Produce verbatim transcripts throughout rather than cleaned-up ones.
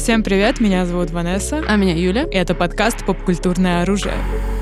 Всем привет, меня зовут Ванесса. А меня Юля. И это подкаст «Попкультурное оружие».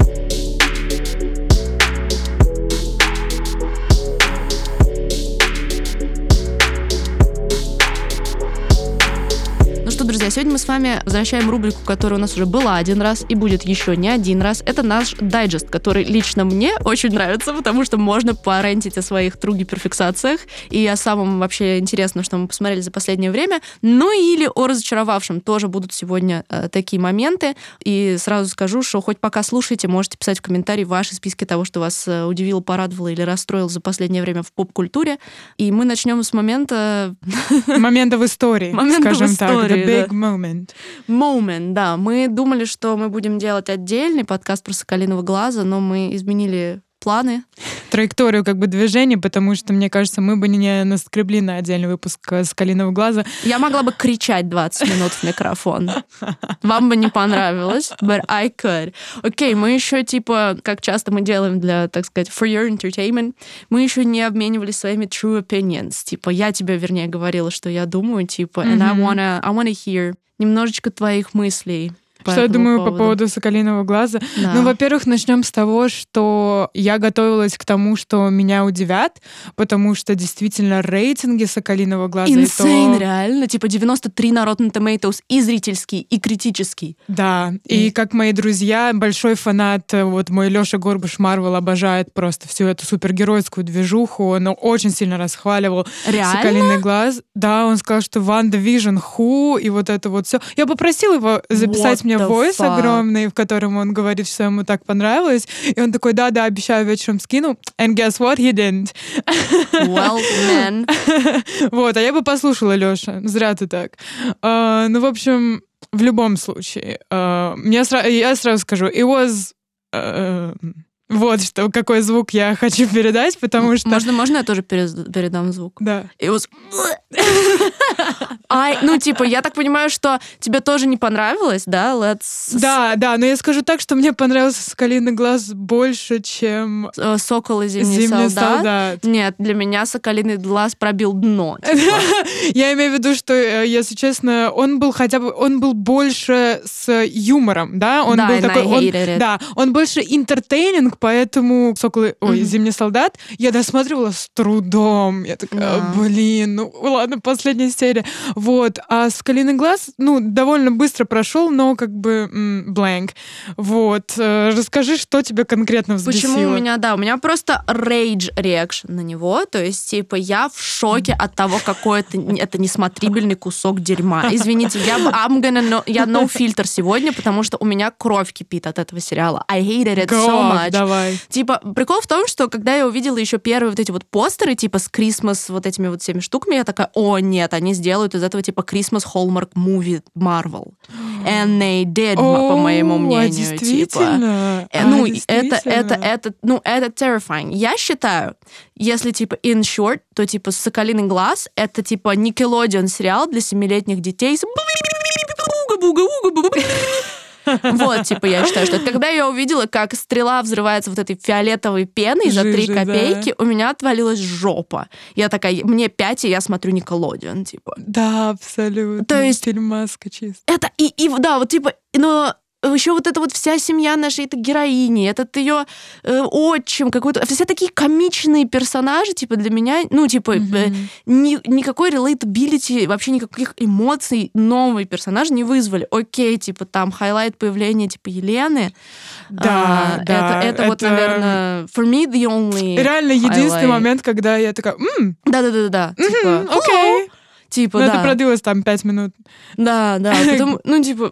Друзья, сегодня мы с вами возвращаем рубрику, которая у нас уже была один раз и будет еще не один раз. Это наш дайджест, который лично мне очень нравится, потому что можно порентить о своих true гиперфиксациях и о самом вообще интересном, что мы посмотрели за последнее время. Ну или о разочаровавшем тоже будут сегодня э, такие моменты. И сразу скажу, что хоть пока слушаете, можете писать в комментарии ваши списки того, что вас э, удивило, порадовало или расстроило за последнее время в поп-культуре. И мы начнем с момента... Момента в истории, скажем так. Big moment. Moment, да. Мы думали, что мы будем делать отдельный подкаст про «Соколиного глаза», но мы изменили планы. Траекторию как бы движения, потому что, мне кажется, мы бы не наскребли на отдельный выпуск «Соколиного глаза». Я могла бы кричать двадцать минут в микрофон. Вам бы не понравилось, but I could. Окей, okay, мы еще, типа, как часто мы делаем для, так сказать, for your entertainment, мы еще не обменивались своими true opinions. Типа, я тебе, вернее, говорила, что я думаю, типа, mm-hmm. and I wanna, I wanna hear немножечко твоих мыслей. Что я думаю поводу. по поводу «Соколиного глаза»? Да. Ну, во-первых, начнем с того, что я готовилась к тому, что меня удивят, потому что действительно рейтинги «Соколиного глаза». Insane, то... реально. Типа девяносто три на Rotten Tomatoes, и зрительский, и критический. Да, и, и как мои друзья, большой фанат, вот мой Лёша Горбуш Марвел обожает просто всю эту супергеройскую движуху, он очень сильно расхваливал реально? «Соколиный глаз». Да, он сказал, что WandaVision, Who, и вот это вот все. Я попросила его записать What мне войс огромный, в котором он говорит, что ему так понравилось. И он такой, да-да, обещаю, вечером скину. And guess what? He didn't. Well, man. Вот, а я бы послушала, Лёша. Зря ты так. Uh, ну, в общем, в любом случае, uh, я, сра- я сразу скажу, it was... Uh, вот что, какой звук я хочу передать, потому что... Можно, можно я тоже передам звук? Да. It was... I, ну, типа, я так понимаю, что тебе тоже не понравилось, да? Let's... Да, да, но я скажу так, что мне понравился «Соколиный глаз» больше, чем... «Сокол и зимний, зимний солдат». солдат. Нет, для меня «Соколиный глаз» пробил дно. Типа. Я имею в виду, что, если честно, он был хотя бы... Он был больше с юмором, да? Он да, был такой... Он, it. Да, он больше entertaining, поэтому «Сокол» и... Ой, mm-hmm. «Зимний солдат» я досматривала с трудом. Я такая, да. блин, ну ладно, последняя серия. Вот. А «Соколиный глаз», ну, довольно быстро прошел, но как бы м- blank. Вот. Расскажи, что тебя конкретно взбесило. Почему у меня, да, у меня просто rage reaction на него, то есть, типа, я в шоке от того, какой это, это несмотрибельный кусок дерьма. Извините, я, I'm gonna know, я no filter сегодня, потому что у меня кровь кипит от этого сериала. I hated it Go so off, much. Давай. Типа, прикол в том, что когда я увидела еще первые вот эти вот постеры, типа, с Christmas вот этими вот всеми штуками, я такая, о, нет, они сделают из этого, типа, Christmas Hallmark movie Marvel. And they did, oh, по моему мнению. А действительно? Типа. А, ну, действительно? это, это, это, ну, это terrifying. Я считаю, если, типа, in short, то, типа, «Соколиный глаз» — это, типа, Nickelodeon сериал для семилетних детей с... Вот, типа, я считаю, что это когда я увидела, как стрела взрывается вот этой фиолетовой пеной за три копейки, да. у меня отвалилась жопа. Я такая, мне пять, и я смотрю Nickelodeon, типа. Да, абсолютно. То есть... Фильмаска чисто. Это, и, и, да, вот, типа, но... Еще вот эта вот вся семья нашей этой героини, этот ее э, отчим какой-то, все такие комичные персонажи, типа, для меня, ну, типа, mm-hmm. э, ни, никакой relatability, вообще никаких эмоций новые персонажи не вызвали. Окей, типа, там хайлайт появления, типа, Елены. Да, а, да. Это, это, это вот, наверное, for me the only реально единственный highlight. Момент, когда я такая, м да-да-да-да, mm-hmm, типа, окей. Okay. Типа, Но да. это продлилось там пять минут. Да, да, потому, ну, типа...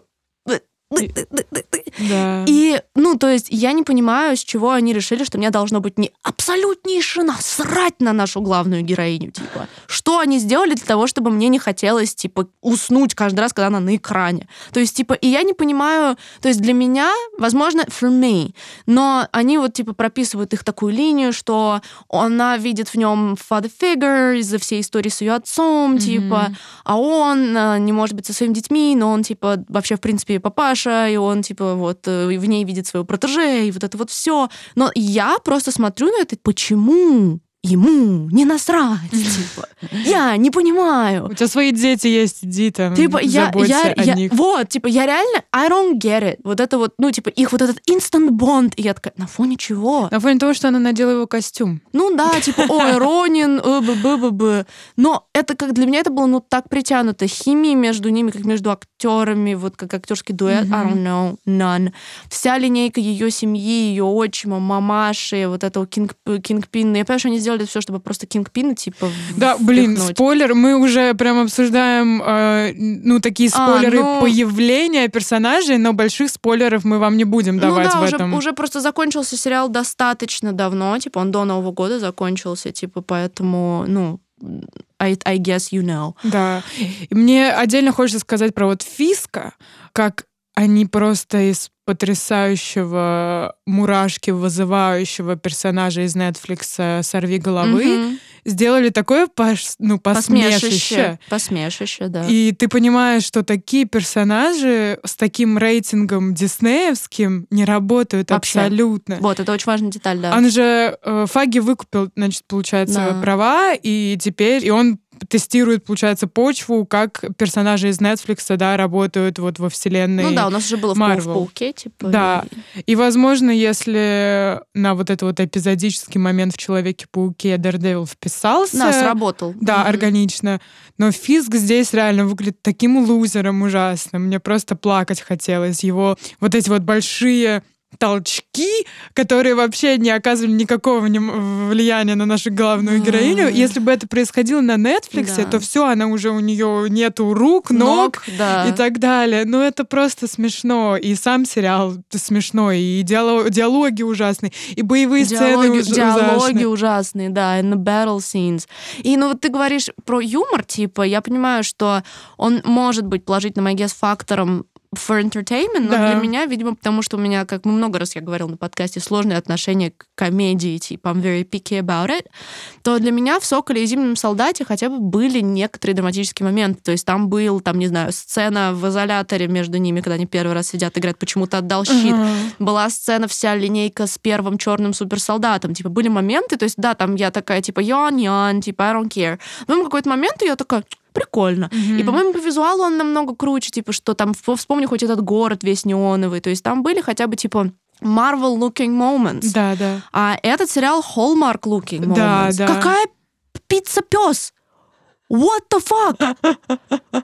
Да. И, ну, то есть, я не понимаю, с чего они решили, что мне должно быть не абсолютнейше насрать на нашу главную героиню, типа. Что они сделали для того, чтобы мне не хотелось, типа, уснуть каждый раз, когда она на экране. То есть, типа, и я не понимаю, то есть, для меня, возможно, for me, но они вот, типа, прописывают их такую линию, что она видит в нем father figure из-за всей истории с ее отцом, mm-hmm. типа, а он не может быть со своими детьми, но он, типа, вообще, в принципе, папаша, и он, типа, вот, в ней видит своего протеже, и вот это вот все. Но я просто смотрю на это, почему? ему не насрать, типа. Я не понимаю. У тебя свои дети есть, иди там, типа, я, заботься я, о я, них. Вот, типа, я реально, I don't get it. Вот это вот, ну, типа, их вот этот instant bond. И я такая, на фоне чего? На фоне того, что она надела его костюм. Ну да, типа, ой, Ронин, б-б-б-б-б. Но это как для меня это было, ну, так притянуто. Химии между ними, как между актерами, вот как актерский дуэт, mm-hmm. I don't know, none. Вся линейка ее семьи, ее отчима, мамаши, вот этого кинг, кингпина. Я понимаю, что они сделали все, чтобы просто кингпина, типа, да, блин, впихнуть. Спойлер, мы уже прям обсуждаем, э, ну, такие спойлеры а, ну... появления персонажей, но больших спойлеров мы вам не будем давать ну, да, в уже, этом. уже просто закончился сериал достаточно давно, типа, он до Нового года закончился, типа, поэтому, ну, I, I guess you know. Да. И мне отдельно хочется сказать про вот Фиска, как они просто из потрясающего, мурашки вызывающего персонажа из Netflix «Сорви головы» mm-hmm. сделали такое пош... ну, посмешище. Посмешище. Посмешище, да. И ты понимаешь, что такие персонажи с таким рейтингом диснеевским не работают вообще. Абсолютно. Вот, это очень важная деталь, да. Он же э, Фаги выкупил, значит, получается, да. права, и теперь и он тестирует, получается, почву, как персонажи из Netflix, да, работают вот во вселенной Marvel. Ну да, у нас уже было Marvel. в Пауке, типа. Да. И... и, возможно, если на вот этот вот эпизодический момент в Человеке-пауке Daredevil вписался... Да, сработал. Да, mm-hmm. органично. Но Фиск здесь реально выглядит таким лузером ужасным. Мне просто плакать хотелось. Его вот эти вот большие... толчки, которые вообще не оказывали никакого влияния на нашу главную героиню. Если бы это происходило на Netflix, да. то все, она уже у нее нету рук, ног, ног да. и так далее. Ну, это просто смешно. И сам сериал смешной, и диалог, диалоги ужасные, и боевые диалоги, сцены диалоги ужасные. ужасные, да, and the battle scenes. И, ну, вот ты говоришь про юмор, типа, я понимаю, что он может быть положительным, I guess, фактором for entertainment, но да. для меня, видимо, потому что у меня, как мы много раз я говорила на подкасте, сложное отношение к комедии, типа I'm very picky about it, то для меня в «Соколе» и «Зимнем солдате» хотя бы были некоторые драматические моменты. То есть там был, там, не знаю, сцена в изоляторе между ними, когда они первый раз сидят и говорят, почему-то отдал щит. Uh-huh. Была сцена, вся линейка с первым черным суперсолдатом. Типа были моменты, то есть да, там я такая, типа, ян-ян, типа I don't care. Но в какой-то момент я такая... прикольно. Mm-hmm. И, по-моему, по визуалу он намного круче, типа, что там, вспомню хоть этот город весь неоновый, то есть там были хотя бы, типа, Marvel-looking moments. Да, да. А этот сериал Hallmark-looking moments. Да, да. Какая пицца-пёс? What the fuck?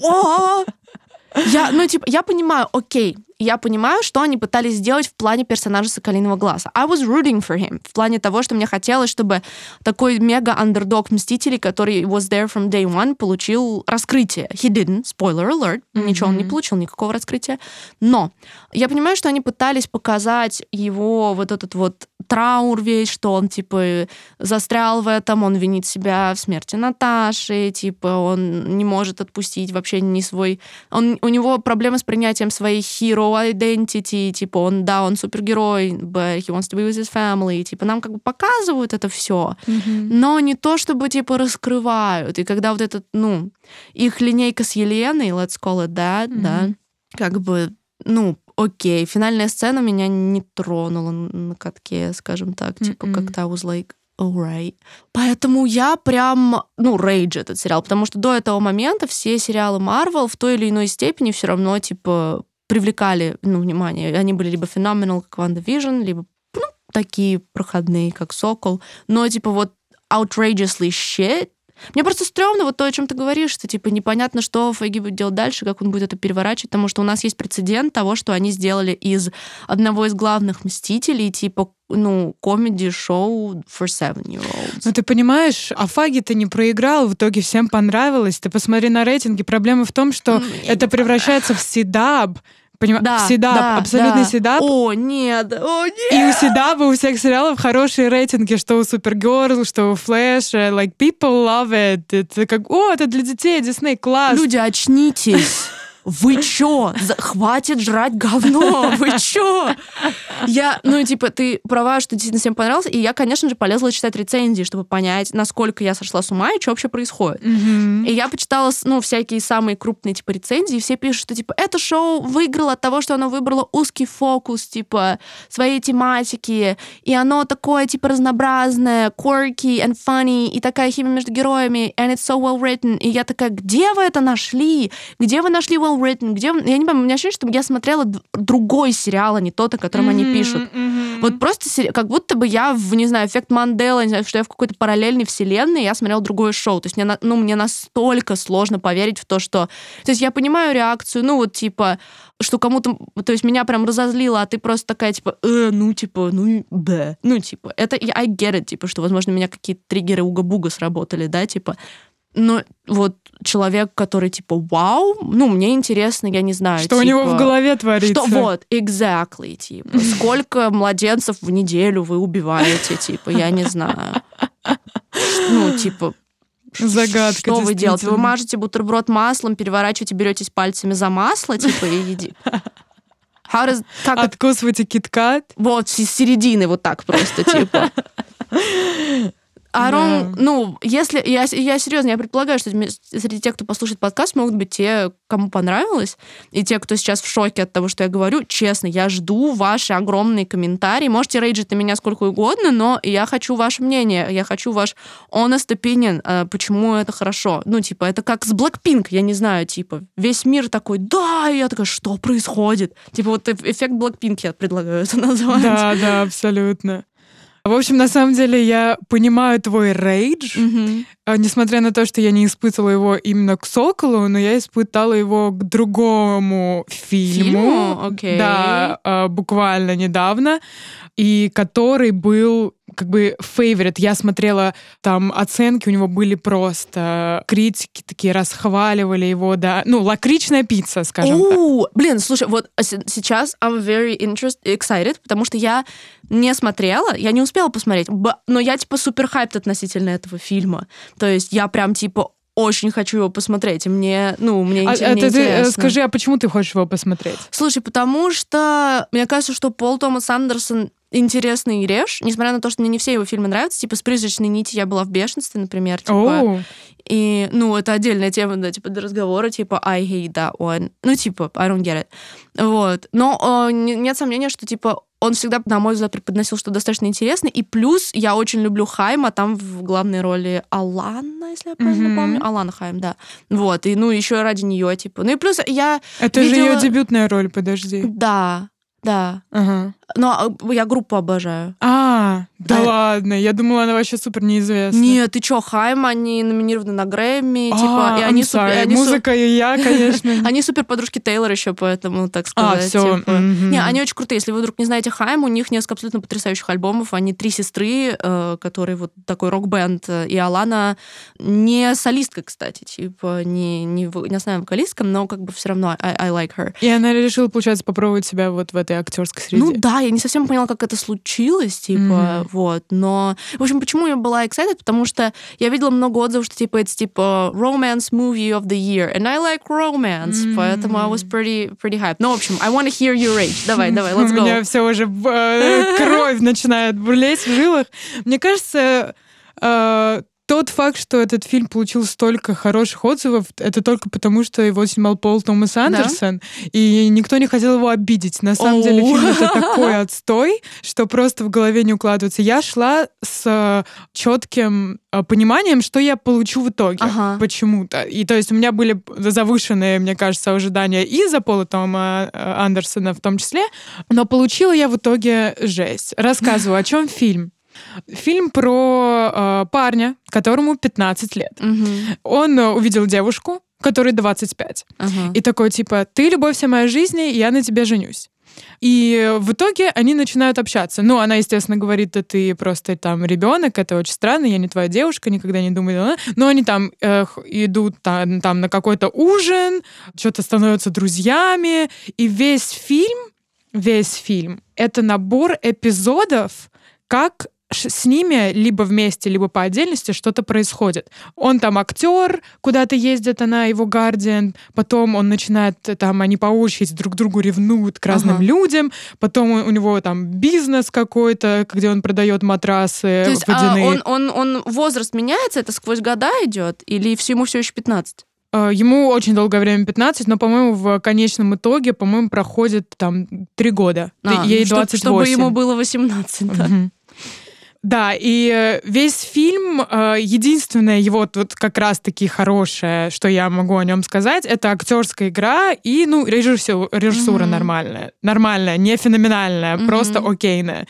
Я, ну, типа, я понимаю, окей, я понимаю, что они пытались сделать в плане персонажа Соколиного глаза. I was rooting for him. В плане того, что мне хотелось, чтобы такой мега-андердог Мстителей, который was there from day one, получил раскрытие. He didn't. Spoiler alert. Mm-hmm. Ничего он не получил, никакого раскрытия. Но я понимаю, что они пытались показать его вот этот вот траур весь, что он, типа, застрял в этом, он винит себя в смерти Наташи, типа, он не может отпустить вообще не свой... Он, у него проблемы с принятием своей hero identity, типа, он, да, он супергерой, but he wants to be with his family, типа, нам как бы показывают это все, mm-hmm. но не то, чтобы, типа, раскрывают. И когда вот этот, ну, их линейка с Еленой, let's call it that, mm-hmm. да, как бы, ну, окей, финальная сцена меня не тронула на катке, скажем так, типа, mm-hmm. как-то I was like, alright. Поэтому я прям, ну, рейдж этот сериал, потому что до этого момента все сериалы Marvel в той или иной степени все равно, типа, привлекали, ну, внимание. Они были либо Phenomenal, как WandaVision, либо, ну, такие проходные, как Сокол. Но, типа, вот outrageously shit. Мне просто стрёмно вот то, о чем ты говоришь, что, типа, непонятно, что Файги будет делать дальше, как он будет это переворачивать, потому что у нас есть прецедент того, что они сделали из одного из главных Мстителей, типа, ну, комеди-шоу for seven-year-olds. Ну, ты понимаешь, а Фаги-то не проиграл, в итоге всем понравилось. Ты посмотри на рейтинги. Проблема в том, что Мне это превращается в седаб. Понимаешь? Да, седап, да, абсолютный да. седап. О, нет, о, нет! И у седаба, у всех сериалов хорошие рейтинги, что у Супергерл, что у Флэша. Like, people love it. Это как, о, это для детей, Дисней, класс. Люди, очнитесь. вы чё? За... Хватит жрать говно, вы чё? Я, ну, типа, ты права, что действительно всем понравилось, и я, конечно же, полезла читать рецензии, чтобы понять, насколько я сошла с ума и что вообще происходит. Mm-hmm. И я почитала, ну, всякие самые крупные, типа, рецензии, и все пишут, что, типа, это шоу выиграло от того, что оно выбрало узкий фокус, типа, своей тематики, и оно такое, типа, разнообразное, quirky and funny, и такая химия между героями, and it's so well written. И я такая, где вы это нашли? Где вы нашли well written? Где вы... Я не помню, у меня ощущение, что я смотрела другой сериал, а не тот, о котором mm-hmm, они пишут. Mm-hmm. Вот просто сери... как будто бы я в, не знаю, эффект Манделы, не знаю, что я в какой-то параллельной вселенной, я смотрела другое шоу. То есть мне, ну, мне настолько сложно поверить в то, что... То есть я понимаю реакцию, ну, вот, типа, что кому-то... То есть меня прям разозлило, а ты просто такая, типа, э, ну, типа, ну, б. Ну, типа, это... I get it, типа, что, возможно, у меня какие-то триггеры уга-буга сработали, да, типа... Но вот человек, который типа вау, ну, мне интересно, я не знаю. Что типа, у него в голове творится. Что вот, exactly, типа. Сколько младенцев в неделю вы убиваете, типа, я не знаю. Ну, типа... Загадка, что вы делаете? Вы мажете бутерброд маслом, переворачиваете, беретесь пальцами за масло, типа, и едите. Does, как откусываете киткат? Вот, с середины вот так просто, типа. Арон, да. Ну, если... Я, я серьезно, я предполагаю, что среди тех, кто послушает подкаст, могут быть те, кому понравилось, и те, кто сейчас в шоке от того, что я говорю. Честно, я жду ваши огромные комментарии. Можете рейджить на меня сколько угодно, но я хочу ваше мнение, я хочу ваш honest opinion, почему это хорошо. Ну, типа, это как с Blackpink, я не знаю, типа, весь мир такой, да, и я такая, что происходит? Типа, вот эффект Blackpink я предлагаю это назвать. Да, да, абсолютно. В общем, на самом деле, я понимаю твой рейдж, mm-hmm. несмотря на то, что я не испытывала его именно к «Соколу», но я испытала его к другому фильму. Фильму? Окей. Да, буквально недавно, и который был как бы favorite. Я смотрела, там оценки у него были просто... Критики такие расхваливали его, да. Ну, лакричная пицца, скажем Ooh, так. Блин, слушай, вот сейчас I'm very interest, excited, потому что я не смотрела, я не успела посмотреть, но я, типа, супер хайпт относительно этого фильма. То есть я прям, типа, очень хочу его посмотреть, и мне, ну, мне, а, мне а интересно. Ты скажи, а почему ты хочешь его посмотреть? Слушай, потому что мне кажется, что Пол Томас Андерсон интересный реж, несмотря на то, что мне не все его фильмы нравятся. Типа «С призрачной нити» я была в бешенстве, например. Типа, oh. И, ну, это отдельная тема, да, типа, для разговора, типа I hate that one. Ну, типа, I don't get it. Вот. Но э, нет сомнения, что, типа, он всегда, на мой взгляд, преподносил что-то достаточно интересное. И плюс я очень люблю Хайма, там в главной роли Алана, если я правильно mm-hmm. помню. Алана Хайм, да. Вот. И, ну, еще ради нее, типа. Ну, и плюс я Это видела... же ее дебютная роль, подожди. Да. Да. Ага. Но я группу обожаю. А, да, да ладно. Я думала, она вообще супер неизвестна. Нет, ты чё, Хайм, они номинированы на Грэмми, а, типа, и они супер... Они музыка су... и я, конечно. Они супер подружки Тейлор еще, поэтому, так сказать. А, все. Типа... Mm-hmm. Не, они очень крутые. Если вы вдруг не знаете Хайм, у них несколько абсолютно потрясающих альбомов. Они три сестры, э, которые вот такой рок-бенд. И Алана не солистка, кстати, типа, не, не, в... не основная вокалистка, но как бы все равно I, I like her. И она решила, получается, попробовать себя вот в этой актерской среде. Ну да, я не совсем поняла, как это случилось, типа, mm-hmm. вот, но... В общем, почему я была excited? Потому что я видела много отзывов, что, типа, это, типа, romance movie of the year, and I like romance, mm-hmm. поэтому I was pretty, pretty hyped. Ну, в общем, I want to hear your rage. Давай, давай, let's go. У меня все уже кровь начинает бурлеть в жилах. Мне кажется... Тот факт, что этот фильм получил столько хороших отзывов, это только потому, что его снимал Пол Томас Андерсон, да? И никто не хотел его обидеть. На самом oh. деле фильм это такой отстой, что просто в голове не укладывается. Я шла с четким пониманием, что я получу в итоге ага. почему-то. И то есть у меня были завышенные, мне кажется, ожидания и за Пола Тома Андерсона в том числе, но получила я в итоге жесть. Рассказываю, о чем фильм. Фильм про э, парня, которому пятнадцать лет. Uh-huh. Он э, увидел девушку, которой двадцать пять. Uh-huh. И такой, типа, ты любовь всей моей жизни, я на тебе женюсь. И в итоге они начинают общаться. Ну, она, естественно, говорит, да ты просто там ребенок, это очень странно, я не твоя девушка, никогда не думала. Но они там э, идут там, там на какой-то ужин, что-то становятся друзьями. И весь фильм, весь фильм — это набор эпизодов, как с ними либо вместе, либо по отдельности что-то происходит. Он там актер, куда-то ездит, она его гардиан, потом он начинает, там, они по очереди друг другу ревнуют к разным ага. людям, потом у него там бизнес какой-то, где он продает матрасы То есть, водяные. А, он, он, он возраст меняется, это сквозь года идет, или ему все еще пятнадцать? Ему очень долгое время пятнадцать, но, по-моему, в конечном итоге, по-моему, проходит там три года. А, Ей двадцать восемь. Чтобы ему было восемнадцать, да. Угу. Да, и весь фильм, единственное его вот как раз-таки хорошее, что я могу о нем сказать, это актерская игра и, ну, режиссура, режиссура mm-hmm. нормальная. Нормальная, не феноменальная, mm-hmm. просто окейная.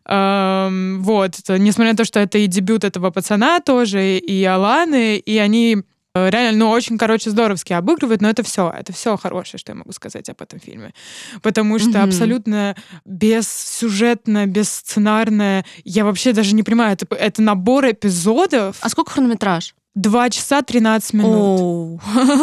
Эм, вот, несмотря на то, что это и дебют этого пацана тоже, и Аланы, и они... Реально, ну, очень, короче, здоровски обыгрывают, но это все, это все хорошее, что я могу сказать об этом фильме. Потому что mm-hmm. абсолютно бессюжетно, бессценарно. Я вообще даже не понимаю, это, это набор эпизодов. А сколько хронометраж? Два часа тринадцать минут.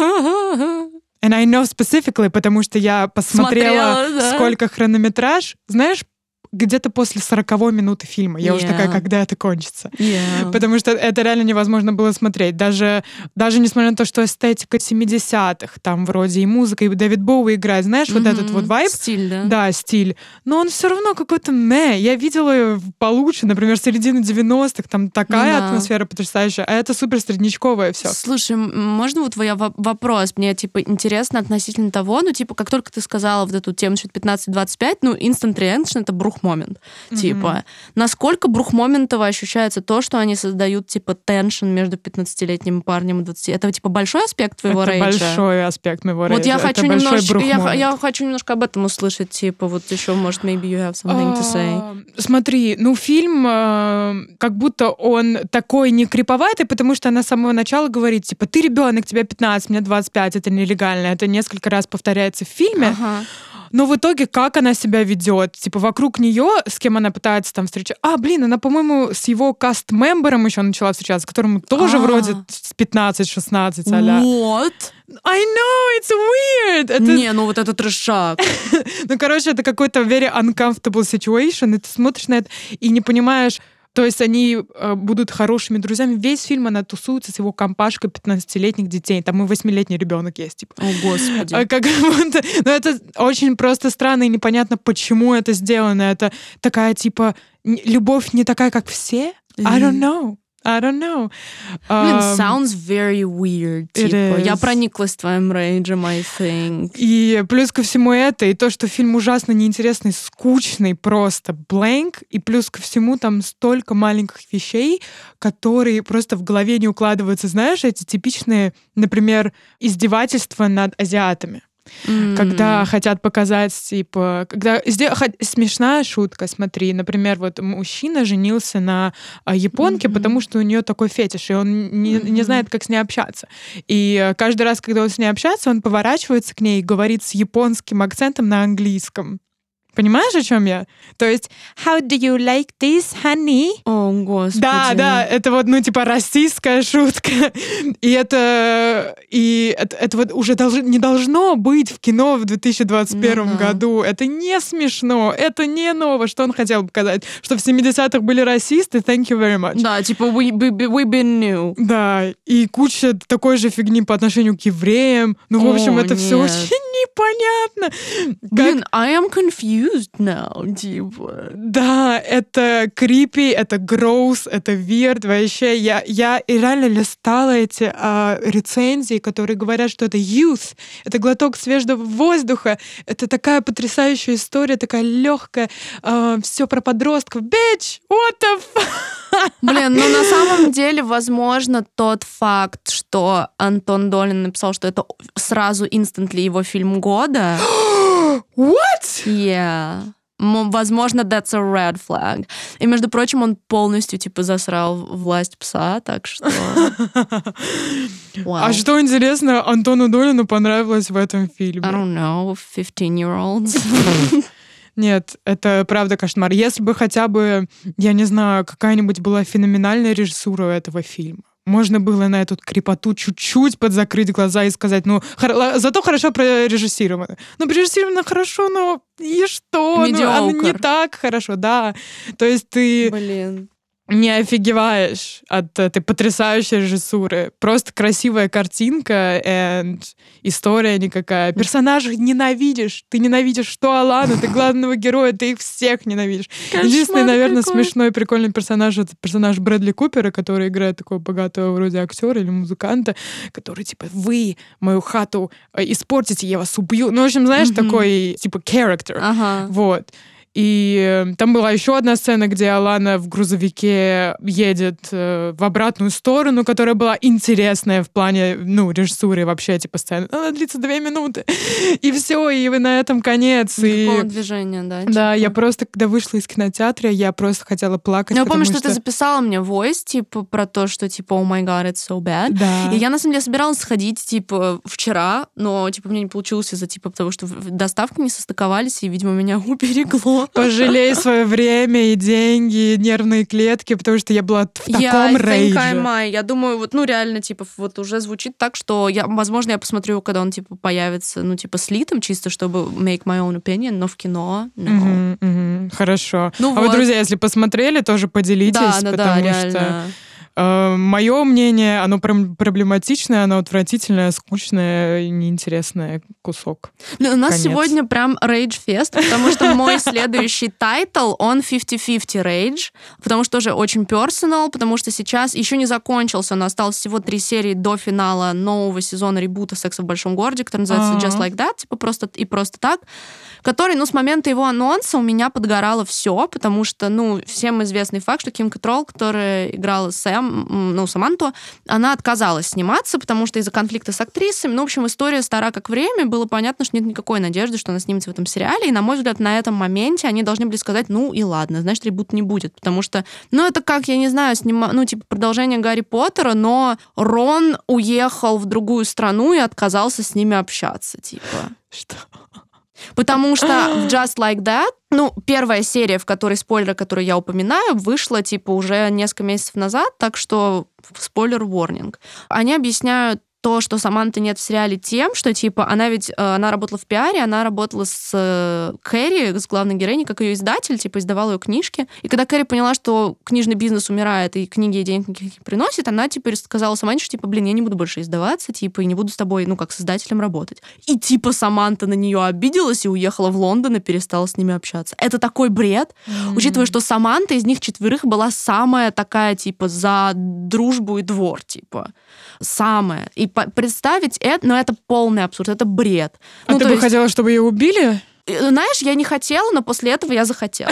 Oh. And I know specifically, потому что я посмотрела, Смотрела, да. сколько хронометраж. Знаешь, где-то после сороковой минуты фильма. Я yeah. уже такая, когда это кончится. Yeah. Потому что это реально невозможно было смотреть. Даже, даже несмотря на то, что эстетика семидесятых, там вроде и музыка, и Дэвид Боуи играет, знаешь, mm-hmm. вот этот вот вайб. Стиль, да? Да, стиль. Но он все равно какой-то мэ. Я видела получше, например, середины девяностых, там такая yeah. атмосфера потрясающая, а это супер среднячковое все. Слушай, можно вот твой вопрос? Мне, типа, интересно относительно того, ну, типа, как только ты сказала вот эту тему пятнадцать-двадцать пять, ну, instant reaction — это брух момент. Mm-hmm. Типа, насколько брухмоментово ощущается то, что они создают, типа, теншн между пятнадцатилетним парнем и двадцати? Это, типа, большой аспект твоего это рейджа? Это большой аспект моего рейджа. Вот я это хочу немножко, я, я хочу немножко об этом услышать, типа, вот еще, может, maybe you have something to say. Смотри, ну, фильм как будто он такой не криповатый, потому что она с самого начала говорит, типа, ты ребенок, тебе пятнадцать, мне двадцать пять, это нелегально. Это несколько раз повторяется в фильме. Ага. Но в итоге, как она себя ведет? Типа, вокруг нее, с кем она пытается там встречаться... А, блин, она, по-моему, с его каст-мембером еще начала встречаться, которому тоже А-а-а. вроде пятнадцать-шестнадцать а-ля. Вот. I know, it's weird. Это... Не, ну вот это трешак. Ну, короче, это какой-то very uncomfortable situation, и ты смотришь на это и не понимаешь... То есть они э, будут хорошими друзьями. Весь фильм она тусуется с его компашкой пятнадцатилетних детей. Там и восьмилетний ребенок есть. Типа. О, Господи. А как будто... Но это очень просто странно и непонятно, почему это сделано. Это такая, типа, любовь не такая, как все? I don't know. I don't know. Блин, Um, sounds very weird. Типа, я прониклась твоим рейджем, I think. И плюс ко всему это, и то, что фильм ужасно неинтересный, скучный, просто blank, и плюс ко всему там столько маленьких вещей, которые просто в голове не укладываются. Знаешь, эти типичные, например, издевательства над азиатами. Mm. Когда хотят показать, типа... Когда... Смешная шутка, смотри. Например, вот мужчина женился на японке, mm-hmm. потому что у нее такой фетиш, и он не, mm-hmm. не знает, как с ней общаться. И каждый раз, когда он с ней общается, он поворачивается к ней и говорит с японским акцентом на английском. Понимаешь, о чем я? То есть, how do you like this, honey? О, Господи. Да, да, это вот, ну, типа, российская шутка. И это, и это, это вот уже долж, не должно быть в кино в две тысячи двадцать первом ну, да. году. Это не смешно, это не ново. Что он хотел показать? Что в семидесятых были расисты? Thank you very much. Да, типа, we, we, we been new. Да, и куча такой же фигни по отношению к евреям. Ну, в общем, О, это нет. все очень непонятно. Блин, как... I am confused now, типа. Да, это крипи, это gross, это weird. Вообще, я, я и реально листала эти а, рецензии, которые говорят, что это youth, это глоток свежего воздуха, это такая потрясающая история, такая легкая, а, все про подростков. Bitch, what the fuck? Блин, ну на самом деле, возможно, тот факт, что Антон Долин написал, что это сразу instantly его фильм года. What? Yeah. Возможно, that's a red flag. И, между прочим, он полностью, типа, засрал «Власть пса», так что... Wow. А что интересно, Антону Долину понравилось в этом фильме? I don't know, fifteen-year-olds. Нет, это правда кошмар. Если бы хотя бы, я не знаю, какая-нибудь была феноменальная режиссура у этого фильма, можно было на эту крепоту чуть-чуть подзакрыть глаза и сказать, ну, хор- зато хорошо прорежиссировано. Ну, прорежиссировано хорошо, но и что? Ну, оно не так хорошо, да. То есть ты... Блин. не офигеваешь от этой потрясающей режиссуры. Просто красивая картинка и история никакая. Персонажей ненавидишь. Ты ненавидишь что Алану, ты главного героя, ты их всех ненавидишь. Кошмар Единственный, наверное, какой. смешной, прикольный персонаж — это персонаж Брэдли Купера, который играет такого богатого вроде актера или музыканта, который типа: вы мою хату испортите, я вас убью. Ну, в общем, знаешь, mm-hmm. такой типа character. Ага. Вот. И там была еще одна сцена, где Алана в грузовике едет э, в обратную сторону, которая была интересная в плане, ну, режиссуры вообще, типа, сцена. Она длится две минуты. И все, и на этом конец. Никакого и... движения, да. Да, типа. я просто, когда вышла из кинотеатра, я просто хотела плакать. Ну, я помню, что, что ты записала мне voice, типа, про то, что, типа, oh my god, it's so bad. Да. И я, на самом деле, собиралась сходить, типа, вчера, но, типа, мне не получилось из-за, типа, потому что доставки не состыковались, и, видимо, меня уберегло. Пожалей свое время и деньги, и нервные клетки, потому что я была в таком yeah, рейдже. Я, я думаю, вот, ну, реально, типа, вот уже звучит так, что, я, возможно, я посмотрю, когда он, типа, появится, ну, типа, слитым, чисто, чтобы make my own opinion, но в кино, no. Mm-hmm, mm-hmm, хорошо. Ну, а вот. вы, друзья, если посмотрели, тоже поделитесь, да, да, потому да, что... реально. Мое мнение, оно проблематичное, оно отвратительное, скучное и неинтересное кусок. Ну, у нас Конец. сегодня прям рейдж-фест, потому что мой следующий тайтл, он пятьдесят на пятьдесят рейдж, потому что тоже очень персонал, потому что сейчас еще не закончился, но осталось всего три серии до финала нового сезона ребута «Секса в большом городе», который называется А-а-а. Just Like That, типа просто и просто так, который, ну, с момента его анонса у меня подгорало все, потому что, ну, всем известный факт, что Ким Кэтролл, которая играла Сэм, ну, Саманту, она отказалась сниматься, потому что из-за конфликта с актрисами, ну, в общем, история стара как время, было понятно, что нет никакой надежды, что она снимется в этом сериале, и, на мой взгляд, на этом моменте они должны были сказать: ну, и ладно, значит, ребут не будет, потому что, ну, это как, я не знаю, снима... ну, типа, продолжение Гарри Поттера, но Рон уехал в другую страну и отказался с ними общаться, типа. Что? Потому что в Just Like That, ну, первая серия, в которой спойлер, который я упоминаю, вышла, типа, уже несколько месяцев назад, так что спойлер-ворнинг. Они объясняют то, что Саманты нет в сериале, тем, что, типа, она ведь, э, она работала в пиаре, она работала с э, Кэрри, с главной героиней, как ее издатель, типа, издавала ее книжки. И когда Кэрри поняла, что книжный бизнес умирает, и книги ей денег никаких не приносит, она, типа, сказала Саманте, что, типа, блин, я не буду больше издаваться, типа, и не буду с тобой, ну, как с издателем работать. И, типа, Саманта на нее обиделась и уехала в Лондон и перестала с ними общаться. Это такой бред, mm-hmm. учитывая, что Саманта из них четверых была самая такая, типа, за дружбу и двор, типа. Самая. И представить это, ну, это полный абсурд, это бред. А ну, ты бы есть... хотела, чтобы ее убили? Знаешь, я не хотела, но после этого я захотела.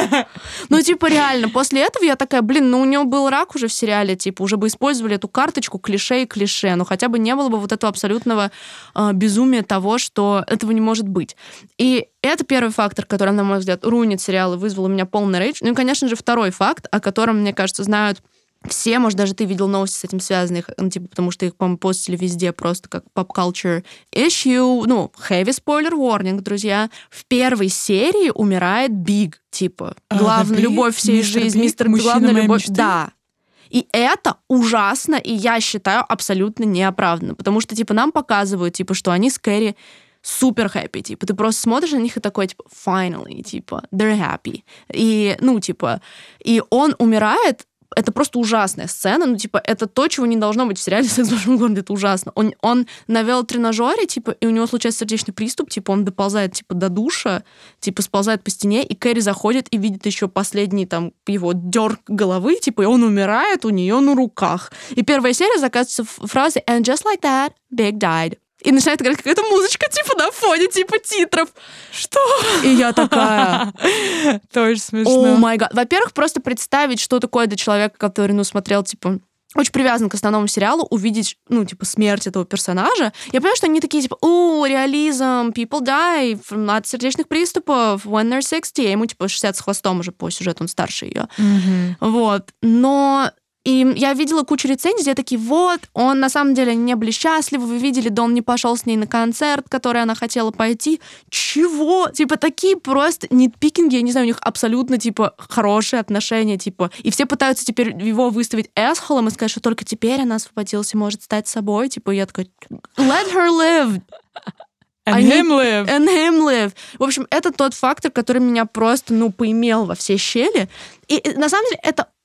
Ну, типа, реально, после этого я такая, блин, ну, у него был рак уже в сериале, типа, уже бы использовали эту карточку клише и клише, но хотя бы не было бы вот этого абсолютного э, безумия того, что этого не может быть. И это первый фактор, который, на мой взгляд, руинит сериал и вызвал у меня полный рейдж. Ну и, конечно же, второй факт, о котором, мне кажется, знают все, может, даже ты видел новости с этим связанных, ну, типа, потому что их, по-моему, постили везде просто как pop-culture issue. Ну, heavy spoiler warning, друзья. В первой серии умирает Биг, типа, uh, главная любовь всей жизни. Мистер Биг, главная любовь. Мечты? Да. И это ужасно, и я считаю абсолютно неоправданно, потому что, типа, нам показывают, типа, что они с Кэрри супер хэппи, типа, ты просто смотришь на них и такой, типа, finally, типа, they're happy. И, ну, типа, и он умирает. Это просто ужасная сцена, ну, типа, это то, чего не должно быть в сериале «Секс в большом городе», это ужасно. Он, он на велотренажере, типа, и у него случается сердечный приступ, типа, он доползает, типа, до душа, типа, сползает по стене, и Кэрри заходит и видит еще последний, там, его дёрг головы, типа, и он умирает у нее на руках. И первая серия заканчивается фразой «And just like that, Big died». И начинает играть какая-то музычка, типа, на фоне, типа, титров. Что? И я такая... Тоже смешно. О май гад. Во-первых, просто представить, что такое для человека, который, ну, смотрел, типа, очень привязан к основному сериалу, увидеть, ну, типа, смерть этого персонажа. Я понимаю, что они такие, типа, о, реализм, people die от сердечных приступов when they're sixty, а ему, типа, шестьдесят с хвостом уже по сюжету, он старше ее. Mm-hmm. Вот. Но... И я видела кучу рецензий, где такие, вот, он на самом деле не были счастливы, вы видели, да он не пошел с ней на концерт, который она хотела пойти. Чего? Типа, такие просто нитпикинги, я не знаю, у них абсолютно, типа, хорошие отношения, типа, и все пытаются теперь его выставить эсхолом и сказать, что только теперь она освободилась и может стать собой, типа, и я такая, let her live. And Они... him live. And him live. В общем, это тот фактор, который меня просто, ну, поимел во все щели. И, на самом деле, это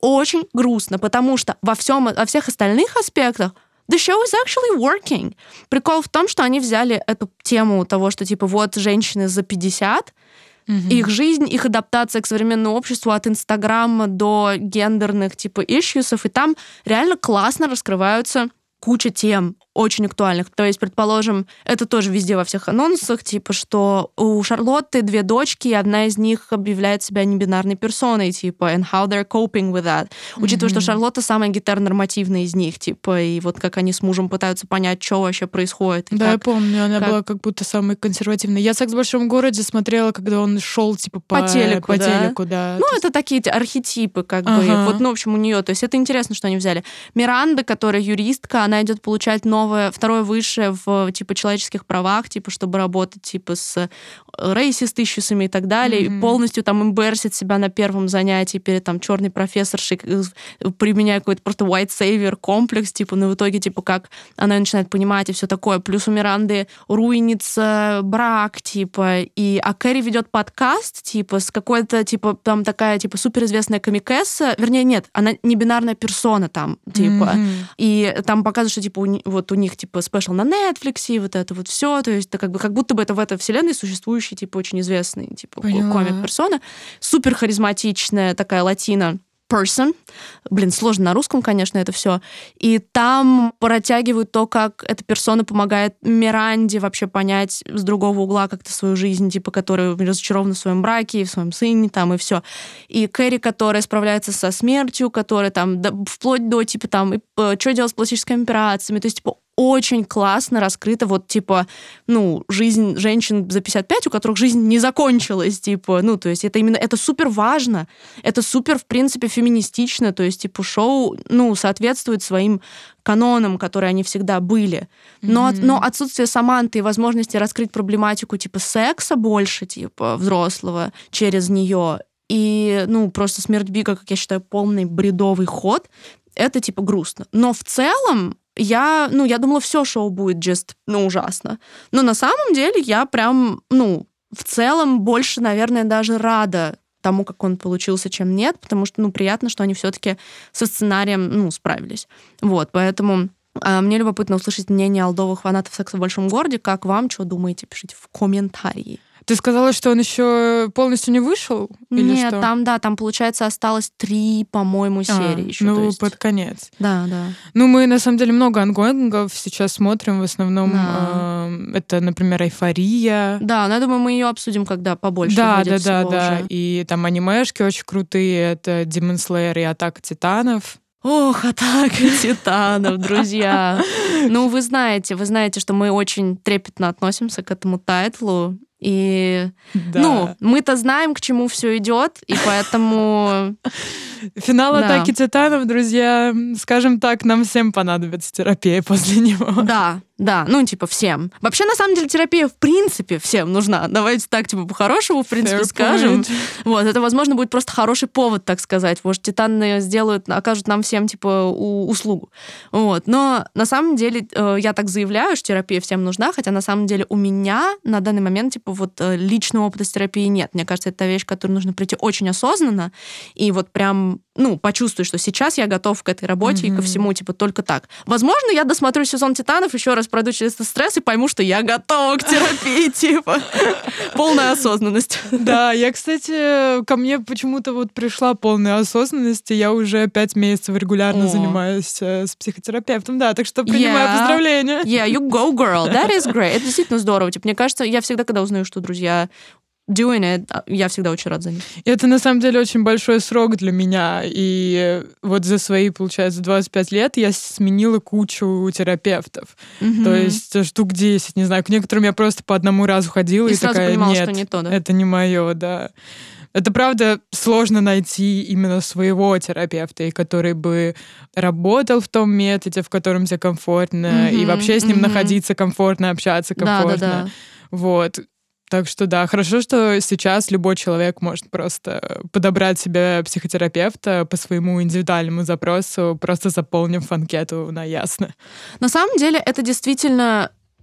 очень грустно, потому что во всем, во всех остальных аспектах the show is actually working. Прикол в том, что они взяли эту тему того, что типа вот женщины за пятьдесят, mm-hmm. их жизнь, их адаптация к современному обществу от Инстаграма до гендерных типа ишьюсов, и там реально классно раскрываются куча тем очень актуальных. То есть, предположим, это тоже везде во всех анонсах, типа, что у Шарлотты две дочки, и одна из них объявляет себя небинарной персоной, типа, and how they're coping with that. Mm-hmm. Учитывая, что Шарлотта самая гетеронормативная из них, типа, и вот как они с мужем пытаются понять, что вообще происходит. Да, как, я помню, она как... была как будто самой консервативной. Я «Секс в большом городе» смотрела, когда он шел типа, по, по телеку, по да? телеку, да. Ну, это такие архетипы, как ага. бы. Вот, ну, в общем, у нее. То есть это интересно, что они взяли. Миранда, которая юристка, она идет получать новое, второе высшее в типа человеческих правах, типа чтобы работать типа с racist issues и так далее, mm-hmm. и полностью там имберсит себя на первом занятии перед там черной профессоршей, применяя какой-то просто white savior комплекс, типа, но в итоге типа как она начинает понимать и все такое. Плюс у Миранды руинится брак, типа, и а Кэрри ведет подкаст, типа, с какой-то типа там такая типа суперизвестная комикесса, вернее нет, она не бинарная персона там, типа, mm-hmm. и там показывают, что типа у, вот у них типа спешл на Netflix, и вот это вот все, то есть это как бы как будто бы это в этой вселенной существующий, типа, очень известный, типа, комик-персона, супер харизматичная такая латина person. Блин, сложно на русском, конечно, это все. И там протягивают то, как эта персона помогает Миранде вообще понять с другого угла как-то свою жизнь, типа, которая разочарована в своем браке, в своем сыне, там, и все. И Кэрри, которая справляется со смертью, которая там да, вплоть до, типа, там, и, что делать с пластическими операциями, то есть, типа, очень классно раскрыта вот, типа, ну, жизнь женщин за пятьдесят пять, у которых жизнь не закончилась, типа, ну, то есть это именно, это супер важно, это супер, в принципе, феминистично, то есть, типа, шоу, ну, соответствует своим канонам, которые они всегда были. Но, mm-hmm. но отсутствие Саманты и возможности раскрыть проблематику, типа, секса больше, типа, взрослого через нее, и, ну, просто смерть Бига, как я считаю, полный бредовый ход, это, типа, грустно. Но в целом Я, ну, я думала, все шоу будет just, ну, ужасно. Но на самом деле я прям, ну, в целом больше, наверное, даже рада тому, как он получился, чем нет, потому что, ну, приятно, что они все-таки со сценарием, ну, справились. Вот, поэтому а, мне любопытно услышать мнение олдовых фанатов «Секса в большом городе». Как вам, что думаете, пишите в комментарии. Ты сказала, что он еще полностью не вышел? Или Нет, что? там, да, там, получается, осталось три, по-моему, серии а, еще. Ну, есть... под конец. Да, да. Ну, мы, на самом деле, много ангоингов сейчас смотрим. В основном да. э, это, например, «Эйфория». Да, но я думаю, мы ее обсудим, когда побольше да, выйдет да, всего да, да. уже. И там анимешки очень крутые. Это «Demon Slayer» и «Атака титанов». Ох, «Атака титанов», друзья. Ну, вы знаете, вы знаете, что мы очень трепетно относимся к этому тайтлу. И, да. ну, мы-то знаем, к чему все идет, и поэтому... Финал да. «Атаки титанов», друзья, скажем так, нам всем понадобится терапия после него. Да, да, ну, типа, всем. Вообще, на самом деле, терапия, в принципе, всем нужна. Давайте так, типа, по-хорошему, в принципе, Fair скажем. point. Вот, это, возможно, будет просто хороший повод, так сказать. Может, титаны сделают, окажут нам всем, типа, у- услугу. Вот, но на самом деле, э, я так заявляю, что терапия всем нужна, хотя, на самом деле, у меня на данный момент, типа, вот, э, личного опыта с терапией нет. Мне кажется, это та вещь, к которой нужно прийти очень осознанно, и вот прям, ну, почувствовать, что сейчас я готов к этой работе mm-hmm. и ко всему, типа, только так. Возможно, я досмотрю сезон «Титанов», еще раз пройду через этот стресс и пойму, что я готова к терапии, типа. Полная осознанность. Да, я, кстати, ко мне почему-то вот пришла полная осознанность, и я уже пять месяцев регулярно занимаюсь с психотерапевтом, да, так что принимаю поздравления. Yeah, you go, girl. That is great. Это действительно здорово. Типа, мне кажется, я всегда, когда узнаю, что друзья doing it, я всегда очень рад за них. Это, на самом деле, очень большой срок для меня. И вот за свои, получается, двадцать пять лет я сменила кучу терапевтов. Mm-hmm. То есть штук десять, не знаю. К некоторым я просто по одному разу ходила и, и сразу такая, понимала, нет, что не то, да? это не мое, да. Это, правда, сложно найти именно своего терапевта, и который бы работал в том методе, в котором тебе комфортно, mm-hmm. и вообще с ним mm-hmm. находиться комфортно, общаться комфортно. Да, да, да. Вот. Так что да, хорошо, что сейчас любой человек может просто подобрать себе психотерапевта по своему индивидуальному запросу, просто заполнив анкету на ясно. На самом деле это действительно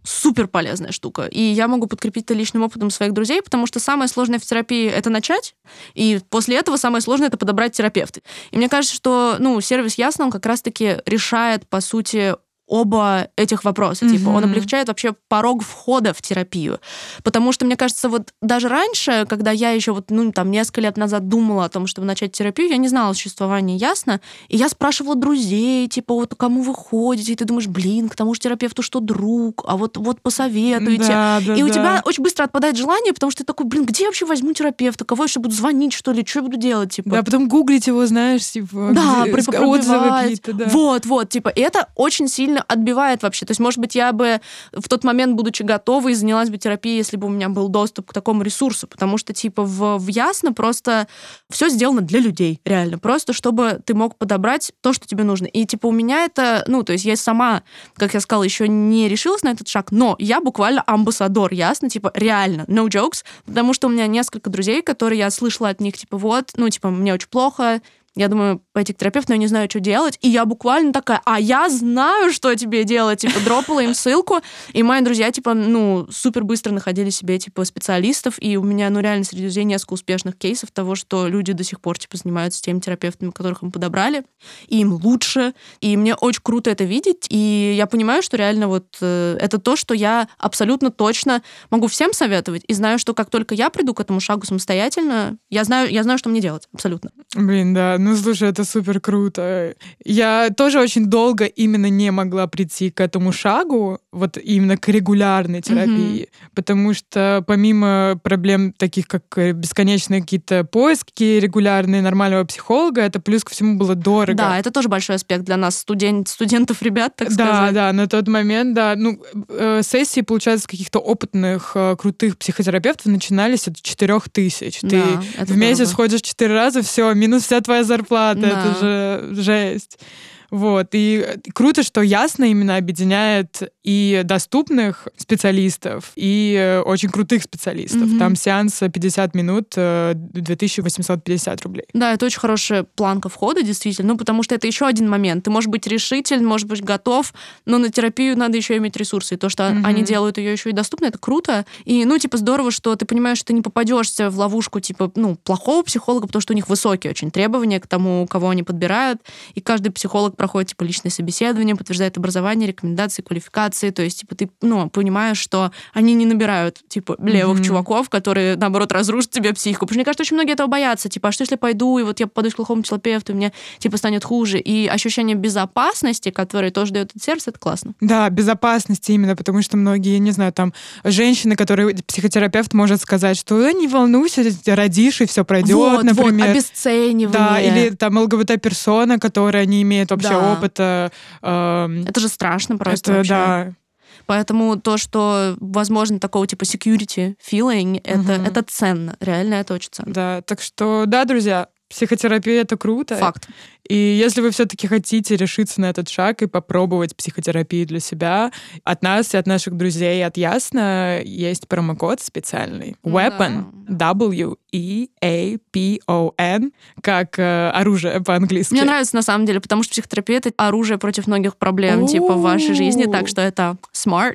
супер полезная штука. И я могу подкрепить это личным опытом своих друзей, потому что самое сложное в терапии — это начать, и после этого самое сложное — это подобрать терапевта. И мне кажется, что, ну, сервис Ясно, он как раз-таки решает, по сути, оба этих вопроса. Mm-hmm. Типа, он облегчает вообще порог входа в терапию. Потому что, мне кажется, вот даже раньше, когда я еще вот, ну, там, несколько лет назад думала о том, чтобы начать терапию, я не знала о существовании Ясно, и я спрашивала друзей, типа, вот, кому вы ходите, и ты думаешь, блин, к тому же терапевту что друг, а вот, вот посоветуйте. Да, да, и да. у тебя очень быстро отпадает желание, потому что ты такой, блин, где я вообще возьму терапевта? Кого я еще буду звонить, что ли? Что я буду делать? Типа? Да, потом гуглить его, знаешь, типа, да, где, отзывы какие-то, да. Вот, вот, типа, и это очень сильно отбивает вообще. То есть, может быть, я бы в тот момент, будучи готовой, занялась бы терапией, если бы у меня был доступ к такому ресурсу, потому что, типа, в, в Ясно просто все сделано для людей, реально, просто чтобы ты мог подобрать то, что тебе нужно. И, типа, у меня это, ну, то есть я сама, как я сказала, еще не решилась на этот шаг, но я буквально амбассадор Ясно, типа, реально, no jokes, потому что у меня несколько друзей, которые я слышала от них, типа, вот, ну, типа, мне очень плохо, я думаю, пойти к терапевту, но я не знаю, что делать. И я буквально такая, а я знаю, что тебе делать. Типа, дропала им ссылку. И мои друзья, типа, ну, супер быстро находили себе, типа, специалистов. И у меня, ну, реально среди друзей несколько успешных кейсов того, что люди до сих пор, типа, занимаются теми терапевтами, которых им подобрали. И им лучше. И мне очень круто это видеть. И я понимаю, что реально вот э, это то, что я абсолютно точно могу всем советовать. И знаю, что как только я приду к этому шагу самостоятельно, я знаю, я знаю, что мне делать. Абсолютно. Блин, да. Ну, слушай, это супер круто. Я тоже очень долго именно не могла прийти к этому шагу, вот именно к регулярной терапии, mm-hmm. потому что помимо проблем таких, как бесконечные какие-то поиски регулярные нормального психолога, это плюс ко всему было дорого. Да, это тоже большой аспект для нас, студент, студентов, ребят, так да, сказать. Да, да, на тот момент, да. Ну, э, сессии, получается, каких-то опытных, э, крутых психотерапевтов начинались от четырех тысяч. Да, Ты в месяц дорого. Ходишь четыре раза, все, минус вся твоя зарплата. Да. Это же жесть. Вот. И круто, что Ясно именно объединяет и доступных специалистов, и очень крутых специалистов. Mm-hmm. Там сеанс пятьдесят минут, две тысячи восемьсот пятьдесят рублей. Да, это очень хорошая планка входа, действительно, ну, потому что это еще один момент. Ты можешь быть решитель, можешь быть готов, но на терапию надо еще иметь ресурсы. И то, что mm-hmm. они делают ее еще и доступно, это круто. И, ну, типа, здорово, что ты понимаешь, что ты не попадешься в ловушку, типа, ну, плохого психолога, потому что у них высокие очень требования к тому, кого они подбирают, и каждый психолог проходит, типа, личное собеседование, подтверждает образование, рекомендации, квалификации, то есть, типа, ты, ну, понимаешь, что они не набирают, типа, левых mm-hmm. чуваков, которые, наоборот, разрушат тебе психику. Потому что, мне кажется, очень многие этого боятся, типа, а что, если пойду, и вот я попаду к плохому терапевту, и мне, типа, станет хуже. И ощущение безопасности, которое тоже дает этот сервис, это классно. Да, безопасности именно, потому что многие, не знаю, там, женщины, которые психотерапевт может сказать, что не волнуйся, родишь, и все пройдет, вот, например. Вот, обесценивание. Да, или там ЛГБТ-персона, которая не имеет вообще да. опыта. Э, это же страшно просто это, вообще. Да. Поэтому то, что, возможно, такого типа security feeling, это, угу. это ценно. Реально, это очень ценно. Да, так что, да, друзья, психотерапия — это круто. Факт. И если вы все-таки хотите решиться на этот шаг и попробовать психотерапию для себя, от нас и от наших друзей от Ясно есть промокод специальный. Weapon. Да. W E A P O N. Как э, оружие по-английски. Мне нравится на самом деле, потому что психотерапия — это оружие против многих проблем, типа, в вашей жизни, так что это smart.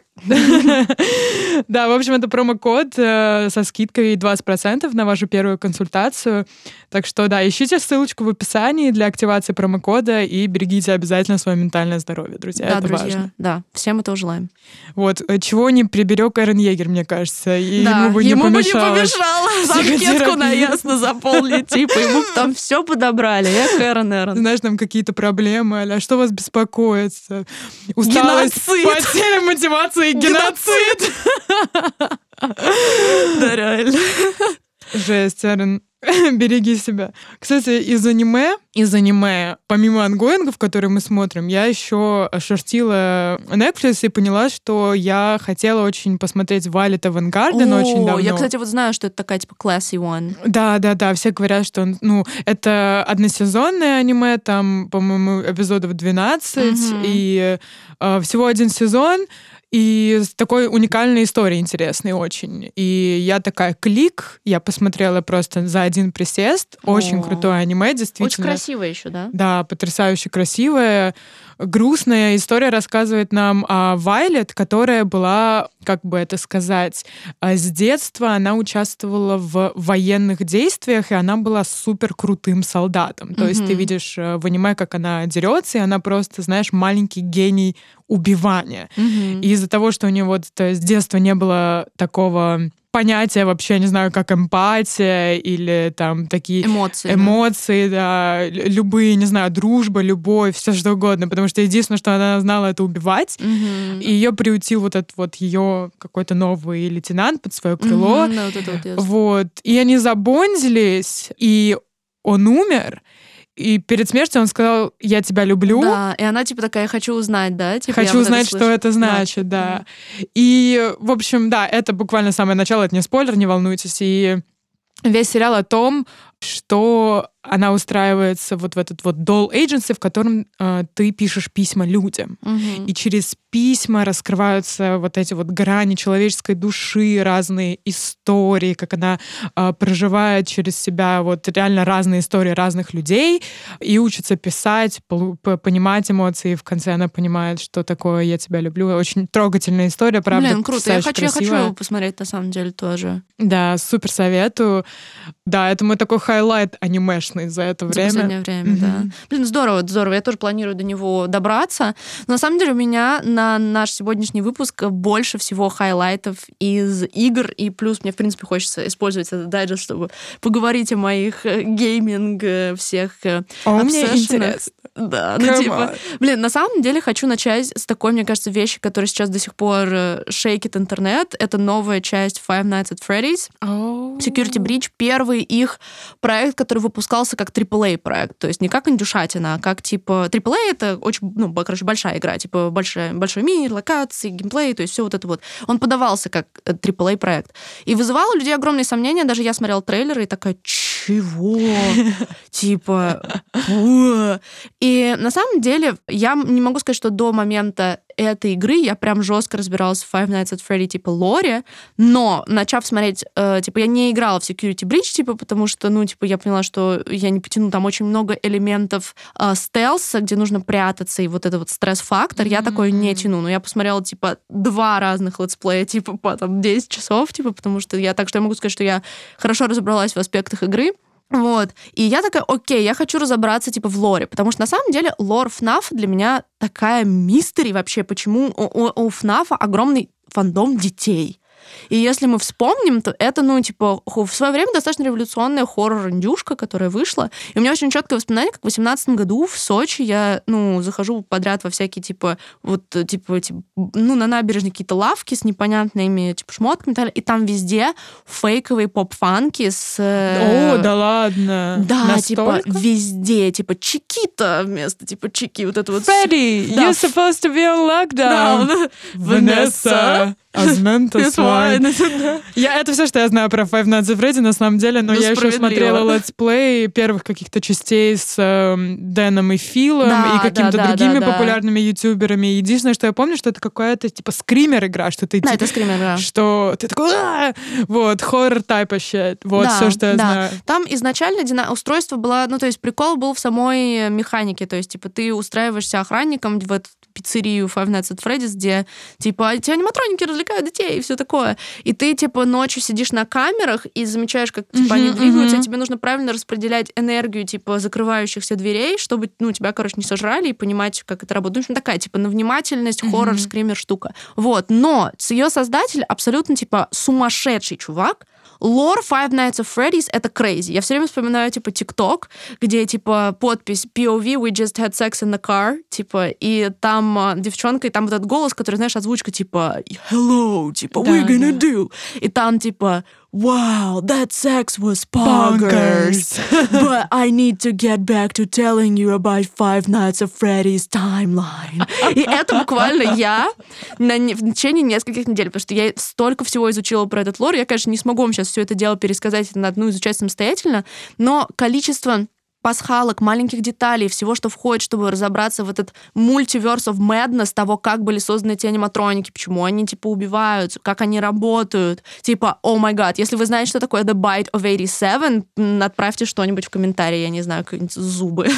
Да, в общем, это промокод со скидкой двадцать процентов на вашу первую консультацию. Так что, да, ищите ссылочку в описании для активации промокода и берегите обязательно свое ментальное здоровье, друзья. Да, это друзья, важно. Да, всем этого желаем. Вот, чего не приберег Эрен Егер, мне кажется. И да, ему бы не ему помешало. Ему бы не помешало анкетку на Ясно заполнить, типа, ему там все подобрали. Эх, Эрен, Эрен. Знаешь, там какие-то проблемы, а что вас беспокоит? Усталость, потеря мотивации, геноцид. Да, реально. Жесть, Эрен. Береги себя. Кстати, из аниме, из аниме, помимо ангоингов, которые мы смотрим, я еще шортила Netflix и поняла, что я хотела очень посмотреть Violet Evergarden О, очень давно. Я, кстати, вот знаю, что это такая, типа, classy one. Да, да, да. Все говорят, что он, ну, это односезонное аниме, там, по-моему, эпизодов двенадцать, mm-hmm. и э, всего один сезон. И с такой уникальной историей, интересной очень. И я такая, клик, я посмотрела просто за один присест. Очень О. крутое аниме, действительно. Очень красивое еще, да? Да, потрясающе красивое. грустная история рассказывает нам о Вайлет, которая была, как бы это сказать, с детства она участвовала в военных действиях, и она была супер крутым солдатом. То mm-hmm. есть ты видишь в аниме, как она дерется, и она просто, знаешь, маленький гений убивания. Mm-hmm. И из-за того, что у нее вот то есть, с детства не было такого понятия вообще, не знаю, как эмпатия или там такие эмоции, эмоции, да, да любые, не знаю, дружба, любовь, все что угодно, потому что единственное, что она знала, это убивать, mm-hmm. и ее приутил вот этот вот ее какой-то новый лейтенант под свое крыло, mm-hmm. no, вот, yes. вот, и они забонзились, и он умер. И перед смертью он сказал: «Я тебя люблю». Да, и она типа такая: «Я хочу узнать», да? Типа, хочу узнать, это что это значит, да. да. И, в общем, да, это буквально самое начало, это не спойлер, не волнуйтесь. И весь сериал о том, что она устраивается вот в этот вот doll agency, в котором э, ты пишешь письма людям. Угу. И через письма раскрываются вот эти вот грани человеческой души, разные истории, как она э, проживает через себя вот реально разные истории разных людей и учится писать, понимать эмоции. И в конце она понимает, что такое «я тебя люблю». Очень трогательная история, правда. Блин, круто. Я хочу, я хочу посмотреть на самом деле тоже. Да, супер советую. Да, это мой такой хайлайт анимешный за это время. За последнее время, mm-hmm. да. Блин, здорово, здорово. Я тоже планирую до него добраться. Но на самом деле у меня на наш сегодняшний выпуск больше всего хайлайтов из игр, и плюс мне, в принципе, хочется использовать этот дайджест, чтобы поговорить о моих гейминг всех О, мне интересно. Да, ну типа... Блин, на самом деле хочу начать с такой, мне кажется, вещи, которая сейчас до сих пор шейкит интернет. Это новая часть Five Nights at Freddy's. Oh. Security Breach. Первый их проект, который выпускался как трипл эй проект, то есть не как индюшатина, а как типа... трипл эй — это очень, ну, короче, большая игра, типа большой, большой мир, локации, геймплей, то есть все вот это вот. Он подавался как трипл эй проект. И вызывал у людей огромные сомнения, даже я смотрела трейлеры и такая: чего? Типа... И на самом деле я не могу сказать, что до момента этой игры я прям жестко разбиралась в Five Nights at Freddy типа лоре, но начав смотреть, э, типа, я не играла в Security Breach, типа, потому что, ну, типа, я поняла, что я не потяну, там очень много элементов э, стелса, где нужно прятаться, и вот это вот стресс-фактор, mm-hmm. я такой не тяну. Но я посмотрела, типа, два разных летсплея, типа, по там десять часов, типа, потому что я, так что я могу сказать, что я хорошо разобралась в аспектах игры. Вот. И я такая: окей, я хочу разобраться, типа, в лоре, потому что, на самом деле, лор эф наф для меня такая мистери вообще, почему у, у, у эф наф огромный фандом детей. И если мы вспомним, то это, ну, типа, в свое время достаточно революционная хоррор-индюшка, которая вышла. И у меня очень четкое воспоминание, как в восемнадцатом году в Сочи я, ну, захожу подряд во всякие, типа, вот, типа, типа ну, на набережной какие-то лавки с непонятными, типа, шмотками и так далее. И там везде фейковые поп-фанки с... О, да ладно. Да, настолько? Типа, везде. Типа, Чикита вместо, типа, Чики. Вот это вот... Фредди, да. You're supposed to be on lockdown. Да. Ванесса. Азмента Я это все, что я знаю про Five Nights at Freddy, на самом деле, но ну, я еще смотрела летсплей первых каких-то частей с э, Дэном и Филом да, и какими-то да, другими да, популярными да. ютуберами. Единственное, что я помню, что это какая-то типа скример-игра, что ты... Да, типа, это скример-игра. Что ты такой... А-а-а! Вот, хоррор-тайп вообще. Вот да, все, что я да. знаю. Там изначально дина... устройство было... Ну, то есть прикол был в самой механике. То есть, типа, ты устраиваешься охранником в эту пиццерию Five Nights at Freddy's, где, типа, эти аниматроники развлекают детей и все такое. И ты, типа, ночью сидишь на камерах и замечаешь, как, типа, uh-huh, они двигаются, uh-huh. а тебе нужно правильно распределять энергию, типа, закрывающихся дверей, чтобы, ну, тебя, короче, не сожрали, и понимать, как это работает. В общем, такая, типа, на внимательность, uh-huh. хоррор, скример штука. Вот. Но ее создатель абсолютно, типа, сумасшедший чувак. Лор Five Nights at Freddy's — это crazy. Я все время вспоминаю, типа, TikTok, где, типа, подпись пи о ви «We just had sex in the car», типа, и там а, девчонка, и там вот этот голос, который, знаешь, озвучка, типа, «Hello», типа, «We're да, gonna да. do». И там, типа, «Wow, that sex was bonkers, but I need to get back to telling you about Five Nights at Freddy's timeline». И это буквально я на, в течение нескольких недель, потому что я столько всего изучила про этот лор. Я, конечно, не смогу вам сейчас все это дело пересказать, это надо, ну, изучать самостоятельно, но количество пасхалок, маленьких деталей, всего, что входит, чтобы разобраться в этот multiverse of madness того, как были созданы эти аниматроники, почему они, типа, убиваются, как они работают. Типа, о май гад, если вы знаете, что такое The Bite of восемьдесят семь, отправьте что-нибудь в комментарии, я не знаю, какие-нибудь зубы.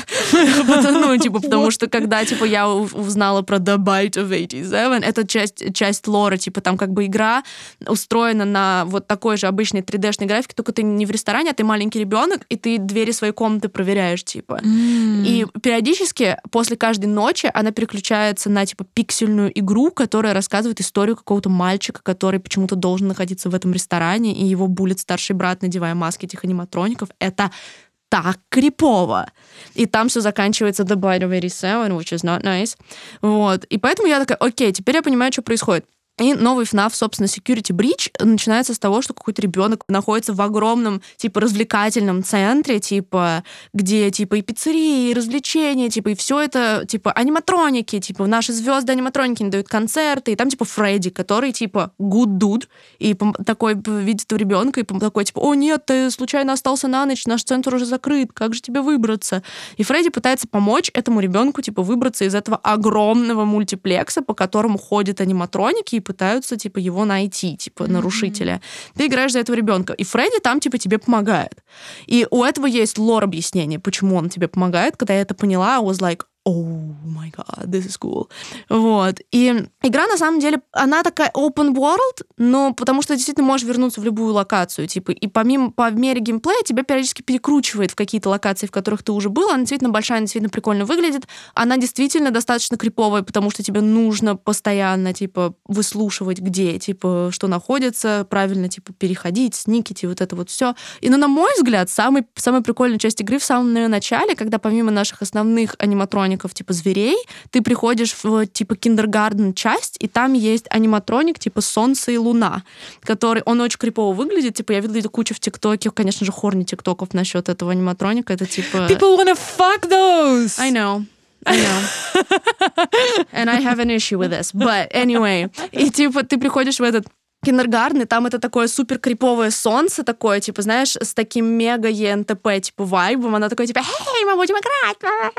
Ну, типа, потому что, когда, типа, я узнала про The Bite of восемьдесят семь, это часть, часть лора, типа, там как бы игра устроена на вот такой же обычной три дэ-шной графике, только ты не в ресторане, а ты маленький ребенок, и ты двери своей комнаты проверяешь, типа. Mm. И периодически после каждой ночи она переключается на, типа, пиксельную игру, которая рассказывает историю какого-то мальчика, который почему-то должен находиться в этом ресторане, и его булит старший брат, надевая маски этих аниматроников. Это так крипово. И там все заканчивается The Bite of восемьдесят семь, which is not nice. Вот. И поэтому я такая, окей, теперь я понимаю, что происходит. И новый эф наф, собственно, Security Breach начинается с того, что какой-то ребенок находится в огромном, типа, развлекательном центре, типа, где, типа, и пиццерии, и развлечения, типа, и все это, типа, аниматроники, типа, наши звезды аниматроники не дают концерты, и там, типа, Фредди, который, типа, good dude, и такой видит этого ребенка, и такой, типа, о, нет, ты случайно остался на ночь, наш центр уже закрыт, как же тебе выбраться? И Фредди пытается помочь этому ребенку, типа, выбраться из этого огромного мультиплекса, по которому ходят аниматроники, и пытаются, типа, его найти, типа, mm-hmm. нарушителя. Ты играешь за этого ребенка, и Фредди там, типа, тебе помогает. И у этого есть лор-объяснение, почему он тебе помогает. Когда я это поняла, I was like, oh my god, this is cool. Вот. И игра, на самом деле, она такая open world, но потому что действительно можешь вернуться в любую локацию, типа, и помимо, по мере геймплея тебя периодически перекручивает в какие-то локации, в которых ты уже был. Она действительно большая, она действительно прикольно выглядит. Она действительно достаточно криповая, потому что тебе нужно постоянно, типа, выслушивать, где, типа, что находится, правильно, типа, переходить, сникить и вот это вот все. И, ну, на мой взгляд, самый, самая прикольная часть игры в самом начале, когда помимо наших основных аниматроников, типа зверей, ты приходишь в типа киндергарден часть, и там есть аниматроник типа Солнце и Луна, который, он очень крипово выглядит, типа я видела кучу в ТикТоке, конечно же, хорни тиктоков насчет этого аниматроника, это типа... People wanna fuck those! I know. I know. And I have an issue with this. But anyway. И типа ты приходишь в этот киндергарден, и там это такое супер криповое солнце такое, типа, знаешь, с таким мега и эн тэ пэ, типа, вайбом. Она такая, типа, «Эй, мы будем играть!»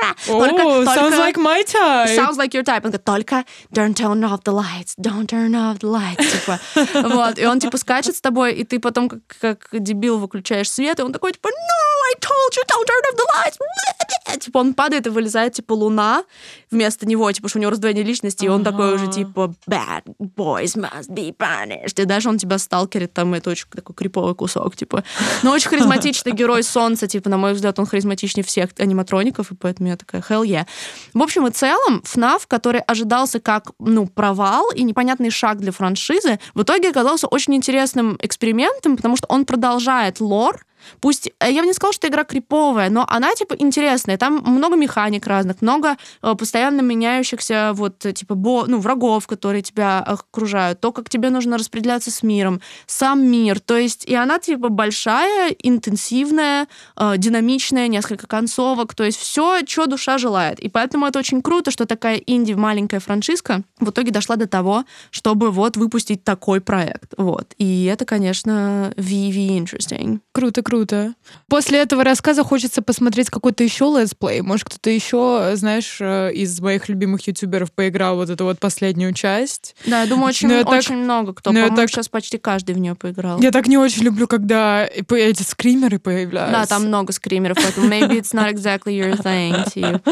Oh, sounds like my type. Sounds like your type. Он говорит, только don't turn off the lights, don't turn off the lights, типа. Вот, и он, типа, скачет с тобой, и ты потом, как, как дебил, выключаешь свет, и он такой, типа, no, I told you, don't turn off the lights. Типа, он падает, и вылезает, типа, луна вместо него, типа, что у него раздвоение личности, и он такой уже, типа, bad boys must be punished. И даже он тебя сталкерит, там это очень такой криповый кусок, типа. Но очень харизматичный герой Солнца, типа, на мой взгляд, он харизматичнее всех аниматроников, и поэтому я такая, hell yeah. В общем и целом, эф наф, который ожидался как, ну, провал и непонятный шаг для франшизы, в итоге оказался очень интересным экспериментом, потому что он продолжает лор. Пусть, я бы не сказала, что игра криповая, но она, типа, интересная. Там много механик разных, много э, постоянно меняющихся, вот, типа, бо, ну, врагов, которые тебя окружают, то, как тебе нужно распределяться с миром, сам мир. То есть, и она, типа, большая, интенсивная, э, динамичная, несколько концовок, то есть все, что душа желает. И поэтому это очень круто, что такая инди маленькая франшизка в итоге дошла до того, чтобы вот выпустить такой проект. Вот. И это, конечно, very interesting. Круто, круто. После этого рассказа хочется посмотреть какой-то еще летсплей. Может, кто-то еще, знаешь, из моих любимых ютуберов поиграл вот эту вот последнюю часть. Да, я думаю, очень, очень так... много кто. По-моему, так... сейчас почти каждый в нее поиграл. Я так не очень люблю, когда эти скримеры появляются. Да, там много скримеров, поэтому maybe it's not exactly your thing,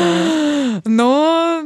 типа. Но...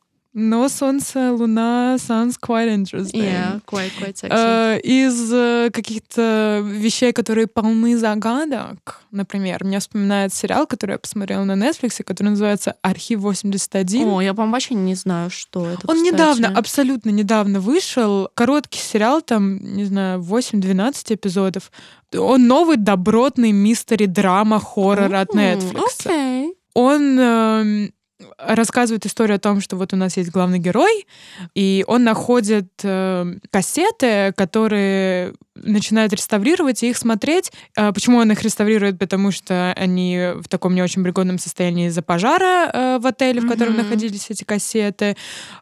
Но солнце, луна sounds quite interesting. Yeah, quite, quite sexy. Uh, из uh, каких-то вещей, которые полны загадок, например, мне вспоминает сериал, который я посмотрела на Netflix, который называется «Архив восемьдесят один». О, я, по-моему, вообще не знаю, что это, Он кстати. недавно, абсолютно недавно вышел. Короткий сериал, там, не знаю, восемь-двенадцать эпизодов. Он новый добротный мистери-драма-хоррор от Netflix. Okay. Он... Uh, рассказывает историю о том, что вот у нас есть главный герой, и он находит э, кассеты, которые начинает реставрировать и их смотреть. Почему он их реставрирует? Потому что они в таком не очень пригодном состоянии из-за пожара в отеле, в котором mm-hmm. находились эти кассеты.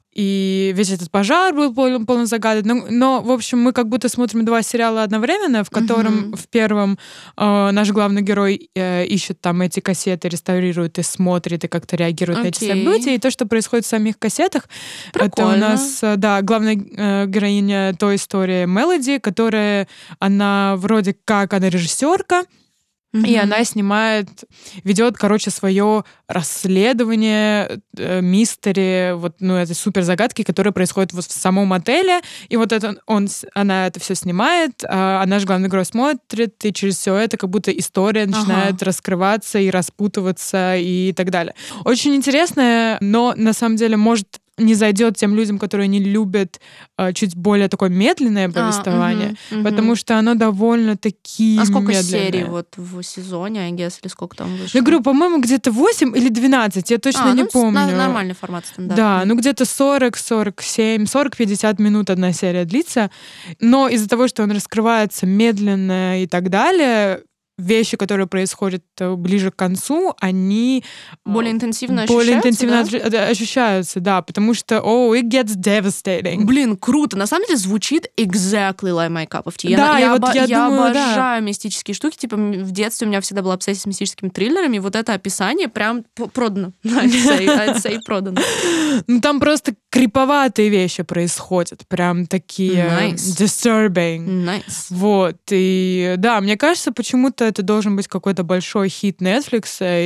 И весь этот пожар был полон, полон загадок. Но, но, в общем, мы как будто смотрим два сериала одновременно, в котором mm-hmm. в первом э, наш главный герой э, ищет там эти кассеты, реставрирует и смотрит, и как-то реагирует okay. на эти события. И то, что происходит в самих кассетах, Прикольно. Это у нас, да, главная э, героиня той истории Мелоди, которая, она вроде как, она режиссерка, Mm-hmm. и она снимает, ведет, короче, свое расследование э, мистери, вот, ну, этой супер загадки, которая происходит вот в самом отеле. И вот это он, она это все снимает, а наш главный герой смотрит, и через все это как будто история начинает ага. раскрываться и распутываться и так далее. Очень интересная, но на самом деле может не зайдет тем людям, которые не любят э, чуть более такое медленное повествование, а, угу, потому угу. что оно довольно-таки медленное. А сколько серий вот в сезоне, I guess, или сколько там вышло? Я говорю, по-моему, где-то восемь или двенадцать, я точно а, не ну, помню. Нормальный формат стандарт. Да, ну где-то сорок, сорок семь, сорок пятьдесят минут одна серия длится, но из-за того, что он раскрывается медленно и так далее, вещи, которые происходят ближе к концу, они более интенсивно более ощущаются, интенсивно да? ощущаются, да, потому что, oh, it gets devastating. Блин, круто. На самом деле звучит exactly like my cup of tea. Да, я, и я, вот обо- я, я думаю, обожаю да. мистические штуки. Типа в детстве у меня всегда была обсессия с мистическими триллерами, и вот это описание прям продано. I'd say, I'd say продано. Ну, там просто криповатые вещи происходят, прям такие nice. disturbing. Nice. Вот, и да, мне кажется, почему-то это должен быть какой-то большой хит Netflix,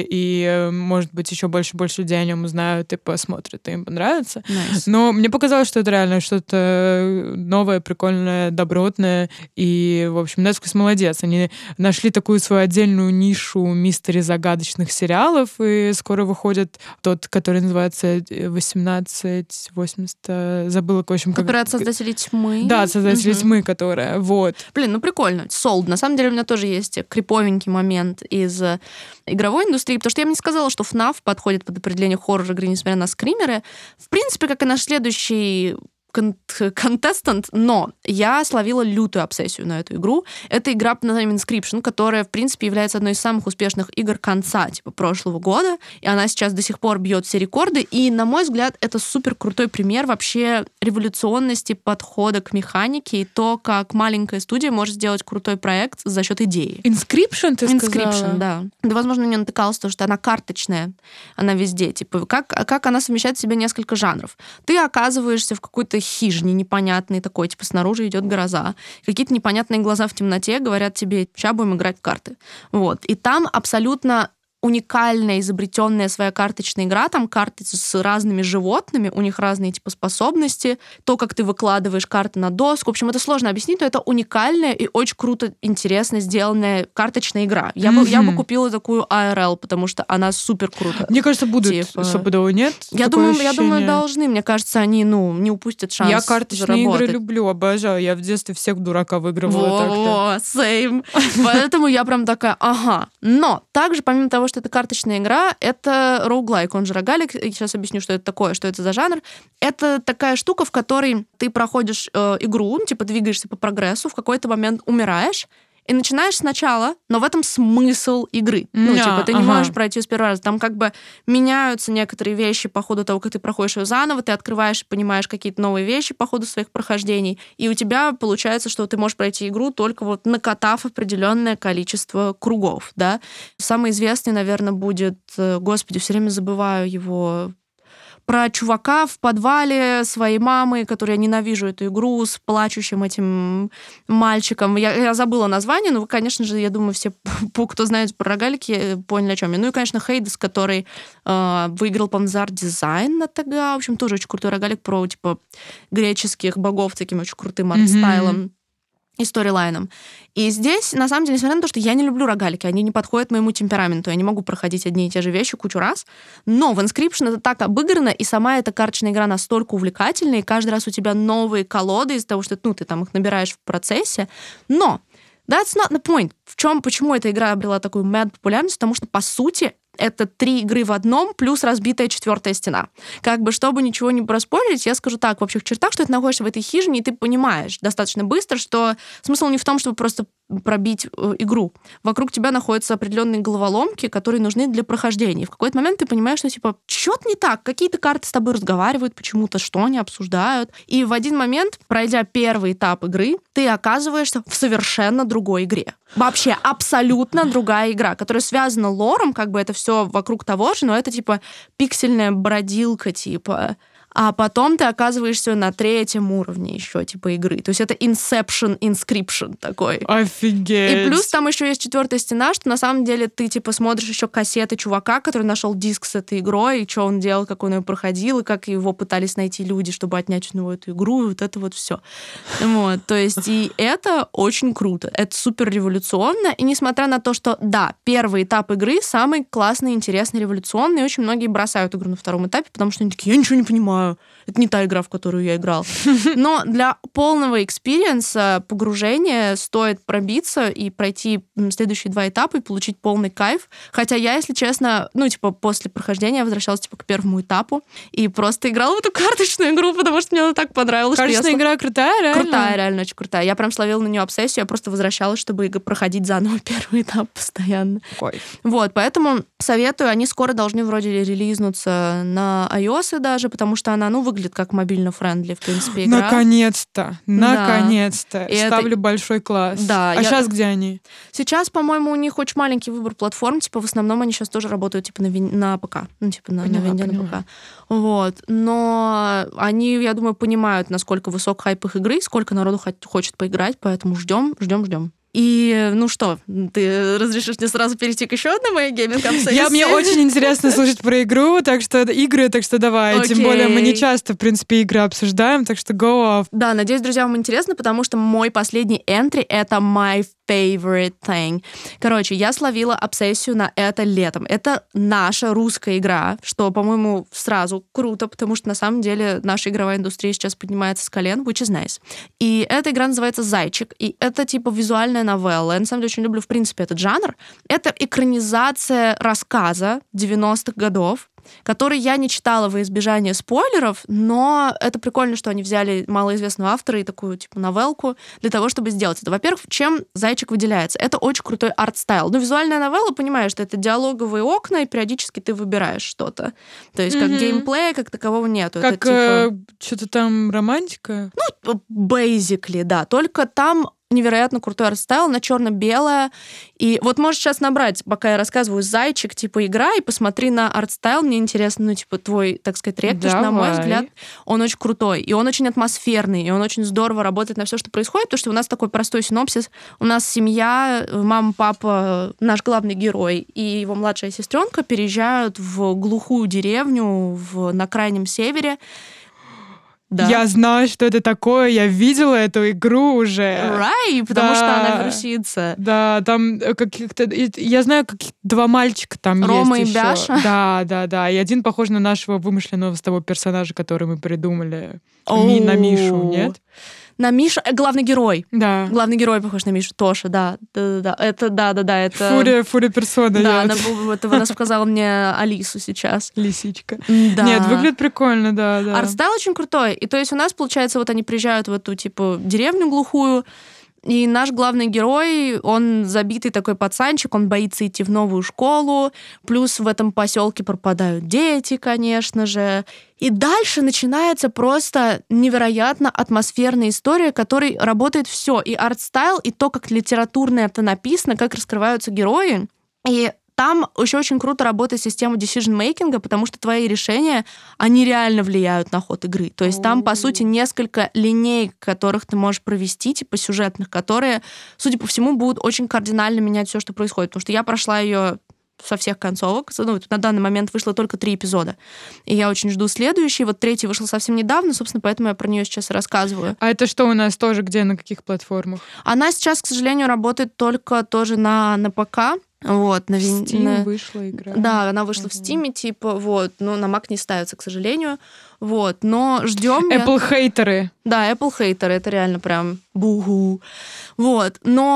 и, может быть, еще больше-больше людей о нем узнают и посмотрят, и им понравится. Nice. Но мне показалось, что это реально что-то новое, прикольное, добротное, и, в общем, Netflix молодец. Они нашли такую свою отдельную нишу мистери загадочных сериалов, и скоро выходит тот, который называется восемнадцать восемьдесят, забыла, в общем, как... Который от Создателей тьмы. Да, Создателей угу. тьмы, которая, вот. Блин, ну прикольно. Sold. На самом деле у меня тоже есть криповенький момент из игровой индустрии, потому что я бы не сказала, что эф нав подходит под определение хоррор-игры, несмотря на скримеры. В принципе, как и наш следующий контестант, но я словила лютую обсессию на эту игру. Это игра под названием Inscription, которая, в принципе, является одной из самых успешных игр конца, типа, прошлого года, и она сейчас до сих пор бьет все рекорды, и, на мой взгляд, это супер крутой пример вообще революционности подхода к механике и то, как маленькая студия может сделать крутой проект за счет идеи. Inscription, ты Inscription, сказала? Inscription, да. Да, возможно, на нее натыкалось то, что она карточная, она везде, типа, как, как она совмещает в себе несколько жанров. Ты оказываешься в какой-то хижине непонятной такой, типа снаружи идет гроза. Какие-то непонятные глаза в темноте говорят тебе, сейчас будем играть в карты. Вот. И там абсолютно уникальная, изобретенная своя карточная игра, там карты с разными животными, у них разные типа способности, то, как ты выкладываешь карты на доску. В общем, это сложно объяснить, но это уникальная и очень круто, интересно сделанная карточная игра. Я, mm-hmm. бы, я бы купила такую ай ар эл, потому что она супер круто. Мне кажется, будут типа... стопудово, нет? Я думаю, я думаю, должны. Мне кажется, они ну, не упустят шанс Я карточные заработать. игры люблю, обожаю. Я в детстве всех дурака выигрывала так-то. Во, same. Поэтому я прям такая, ага. Но также, помимо того, что это карточная игра, это роуглайк, он же рогалик. Сейчас объясню, что это такое, что это за жанр. Это такая штука, в которой ты проходишь э, игру, типа двигаешься по прогрессу, в какой-то момент умираешь, и начинаешь сначала, но в этом смысл игры. Ну, yeah, типа, ты не ага. можешь пройти с первого раза. Там как бы меняются некоторые вещи по ходу того, как ты проходишь ее заново, ты открываешь и понимаешь какие-то новые вещи по ходу своих прохождений, и у тебя получается, что ты можешь пройти игру, только вот накатав определенное количество кругов, да. Самый известный, наверное, будет, господи, все время забываю его... про чувака в подвале своей мамы, которую я ненавижу эту игру, с плачущим этим мальчиком. Я, я забыла название, но вы, конечно же, я думаю, все, кто знает про рогалики, поняли, о чем я. Ну и, конечно, Хейдес, который э, выиграл, по-моему, за арт-дизайн на ТГ. В общем, тоже очень крутой рогалик про, типа, греческих богов с таким очень крутым арт-стайлом. Mm-hmm. и сторилайном. И здесь, на самом деле, несмотря на то, что я не люблю рогалики, они не подходят моему темпераменту, я не могу проходить одни и те же вещи кучу раз, но в Inscription это так обыграно, и сама эта карточная игра настолько увлекательная, и каждый раз у тебя новые колоды из-за того, что ну, ты там их набираешь в процессе, но that's not the point. В чем, почему эта игра обрела такую mad популярность? Потому что, по сути, Это три игры в одном, плюс разбитая четвертая стена. Как бы, чтобы ничего не проспойлерить, я скажу так, в общих чертах, что ты находишься в этой хижине, и ты понимаешь достаточно быстро, что смысл не в том, чтобы просто пробить э, игру. Вокруг тебя находятся определенные головоломки, которые нужны для прохождения. И в какой-то момент ты понимаешь, что, типа, что-то не так, какие-то карты с тобой разговаривают почему-то, что они обсуждают. И в один момент, пройдя первый этап игры, ты оказываешься в совершенно другой игре. Вообще абсолютно другая игра, которая связана лором, как бы это все вокруг того же, но это, типа, пиксельная бродилка, типа... А потом ты оказываешься на третьем уровне еще, типа, игры. То есть это Inception, Inscription такой. Офигеть. И плюс там еще есть четвертая стена, что на самом деле ты, типа, смотришь еще кассеты чувака, который нашел диск с этой игрой, и что он делал, как он ее проходил, и как его пытались найти люди, чтобы отнять у него эту игру, и вот это вот все. Вот, то есть и это очень круто. Это супер революционно, и несмотря на то, что, да, первый этап игры самый классный, интересный, революционный, и очень многие бросают игру на втором этапе, потому что они такие, я ничего не понимаю. Это не та игра, в которую я играл. Но для полного экспириенса, погружения стоит пробиться и пройти следующие два этапа и получить полный кайф. Хотя я, если честно, ну, типа, после прохождения возвращалась, типа, к первому этапу и просто играла в эту карточную игру, потому что мне она так понравилась. Карточная что игра крутая, реально? Крутая, реально очень крутая. Я прям словила на нее обсессию, я просто возвращалась, чтобы проходить заново первый этап постоянно. Ой. Вот, поэтому советую. Они скоро должны вроде релизнуться на iOS даже, потому что она, ну, выглядит как мобильно-френдли, в принципе, игра. Наконец-то, наконец-то. И Ставлю это... большой класс. Да. А я... сейчас где они? Сейчас, по-моему, у них очень маленький выбор платформ, типа, в основном они сейчас тоже работают, типа, на, вин... на ПК. Ну, типа, на, поняла, на винде на ПК. Вот. Но они, я думаю, понимают, насколько высок хайп их игры, сколько народу хочет поиграть, поэтому ждем, ждем, ждем. И, ну что, ты разрешишь мне сразу перейти к еще одной моей гейминг-обсессии? Я, мне очень интересно слушать про игру, так что игры, так что давай. Okay. Тем более мы не часто, в принципе, игры обсуждаем, так что go off. Да, надеюсь, друзья, вам интересно, потому что мой последний энтри — это my favorite thing. Короче, я словила обсессию на это летом. Это наша русская игра, что, по-моему, сразу круто, потому что, на самом деле, наша игровая индустрия сейчас поднимается с колен, which is nice. И эта игра называется «Зайчик», и это, типа, визуальная новелла. Я, на самом деле, очень люблю, в принципе, этот жанр. Это экранизация рассказа девяностых годов, который я не читала во избежание спойлеров, но это прикольно, что они взяли малоизвестного автора и такую, типа, новелку для того, чтобы сделать это. Во-первых, чем «Зайчик» выделяется? Это очень крутой арт-стайл. Ну, визуальная новелла, понимаешь, что это диалоговые окна, и периодически ты выбираешь что-то. То есть, как mm-hmm. геймплея, как такового нету. Как это, типа... э, что-то там романтика? Ну, basically, да. Только там невероятно крутой арт-стайл, она черно-белая. И вот можешь сейчас набрать, пока я рассказываю, «Зайчик», типа, игра, и посмотри на арт-стайл. Мне интересно, ну, типа, твой, так сказать, рек, потому что, на мой взгляд, он очень крутой. И он очень атмосферный, и он очень здорово работает на все, что происходит, потому что у нас такой простой синопсис. У нас семья, мама, папа, наш главный герой и его младшая сестренка переезжают в глухую деревню в, на крайнем севере. Да. Я знаю, что это такое, я видела эту игру уже. Right, потому да. что она вирусится. Да, там каких-то... Я знаю, каких два мальчика там Рома есть и еще. Бяша. Да, да, да. И один похож на нашего вымышленного с того персонажа, который мы придумали. Ми, на Мишу, нет? На Мишу, главный герой. Да. Главный герой похож на Мишу, Тоша, да. Да-да-да. Это, да-да-да, это... Фурия, фурия персона. Да, она, это она сказала мне Алису сейчас. Лисичка. Да. Нет, выглядит прикольно, да, да. Арт-стайл очень крутой. И то есть у нас, получается, вот они приезжают в эту, типа, деревню глухую, и наш главный герой, он забитый такой пацанчик, он боится идти в новую школу, плюс в этом поселке пропадают дети, конечно же. И дальше начинается просто невероятно атмосферная история, которой работает все. И арт-стайл, и то, как литературно это написано, как раскрываются герои. И там еще очень круто работает система decision-making, потому что твои решения, они реально влияют на ход игры. То есть там, по сути, несколько линей, которых ты можешь провести, типа сюжетных, которые, судя по всему, будут очень кардинально менять все, что происходит. Потому что я прошла ее со всех концовок. Ну, на данный момент вышло только три эпизода. И я очень жду следующий. Вот третий вышел совсем недавно, собственно, поэтому я про нее сейчас и рассказываю. А это что у нас тоже? Где, на каких платформах? Она сейчас, к сожалению, работает только тоже на, на ПК. Вот, на в Steam на... вышла игра. Да, она вышла uh-huh. в Steam, типа, вот, но на Mac не ставится, к сожалению. Вот, но ждем. Apple я... хейтеры. Да, Apple хейтеры, это реально прям бугу. Вот, но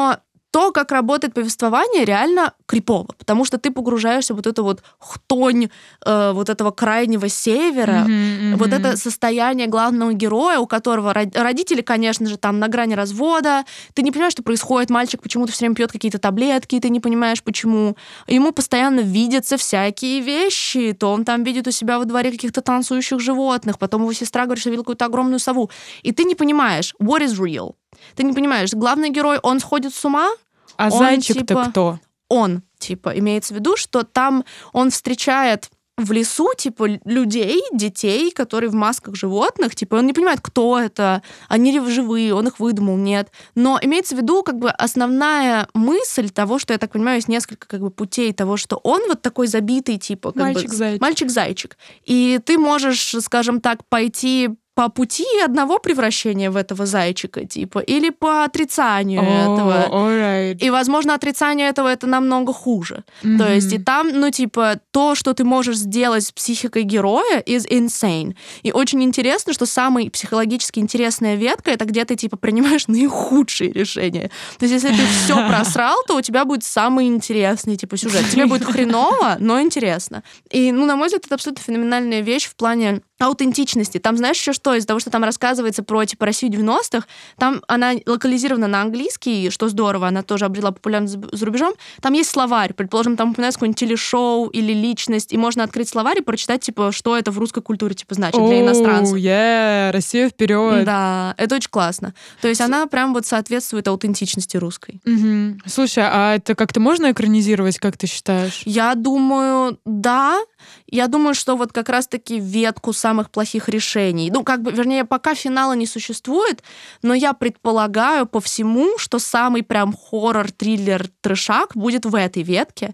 то, как работает повествование, реально крипово, потому что ты погружаешься в вот эту вот хтонь э, вот этого крайнего севера, Mm-hmm, mm-hmm. вот это состояние главного героя, у которого родители, конечно же, там на грани развода, ты не понимаешь, что происходит, мальчик почему-то все время пьет какие-то таблетки, ты не понимаешь, почему. Ему постоянно видятся всякие вещи, то он там видит у себя во дворе каких-то танцующих животных, потом его сестра говорит, что видела какую-то огромную сову, и ты не понимаешь, what is real? Ты не понимаешь, главный герой, он сходит с ума? А он, зайчик-то типа, кто? Он, типа, имеется в виду, что там он встречает в лесу, типа, людей, детей, которые в масках животных, типа, он не понимает, кто это, они ли живые, он их выдумал, нет. Но имеется в виду, как бы, основная мысль того, что, я так понимаю, есть несколько, как бы, путей того, что он вот такой забитый, типа, как мальчик-зайчик. бы, мальчик-зайчик. И ты можешь, скажем так, пойти по пути одного превращения в этого зайчика, типа, или по отрицанию oh, этого. Right. И, возможно, отрицание этого это намного хуже. Mm-hmm. То есть и там, ну, типа, то, что ты можешь сделать с психикой героя, is insane. И очень интересно, что самая психологически интересная ветка — это где ты, типа, принимаешь наихудшие решения. То есть если ты все просрал, то у тебя будет самый интересный, типа, сюжет. Тебе будет хреново, но интересно. И, ну, на мой взгляд, это абсолютно феноменальная вещь в плане аутентичности. Там, знаешь, еще что? Из-за того, что там рассказывается про, типа, Россию девяностых, там она локализирована на английский, что здорово, она тоже обрела популярность за рубежом. Там есть словарь, предположим, там упоминается какое-нибудь телешоу или личность, и можно открыть словарь и прочитать, типа, что это в русской культуре, типа, значит для иностранцев. Оу, yeah, Россия вперед. Да, это очень классно. То есть С... она прям вот соответствует аутентичности русской. Угу. Слушай, а это как-то можно экранизировать, как ты считаешь? Я думаю, да. Я думаю, что вот как раз-таки ветку самых плохих решений, ну, как бы, вернее, пока финала не существует, но я предполагаю по всему, что самый прям хоррор, триллер, трешак будет в этой ветке,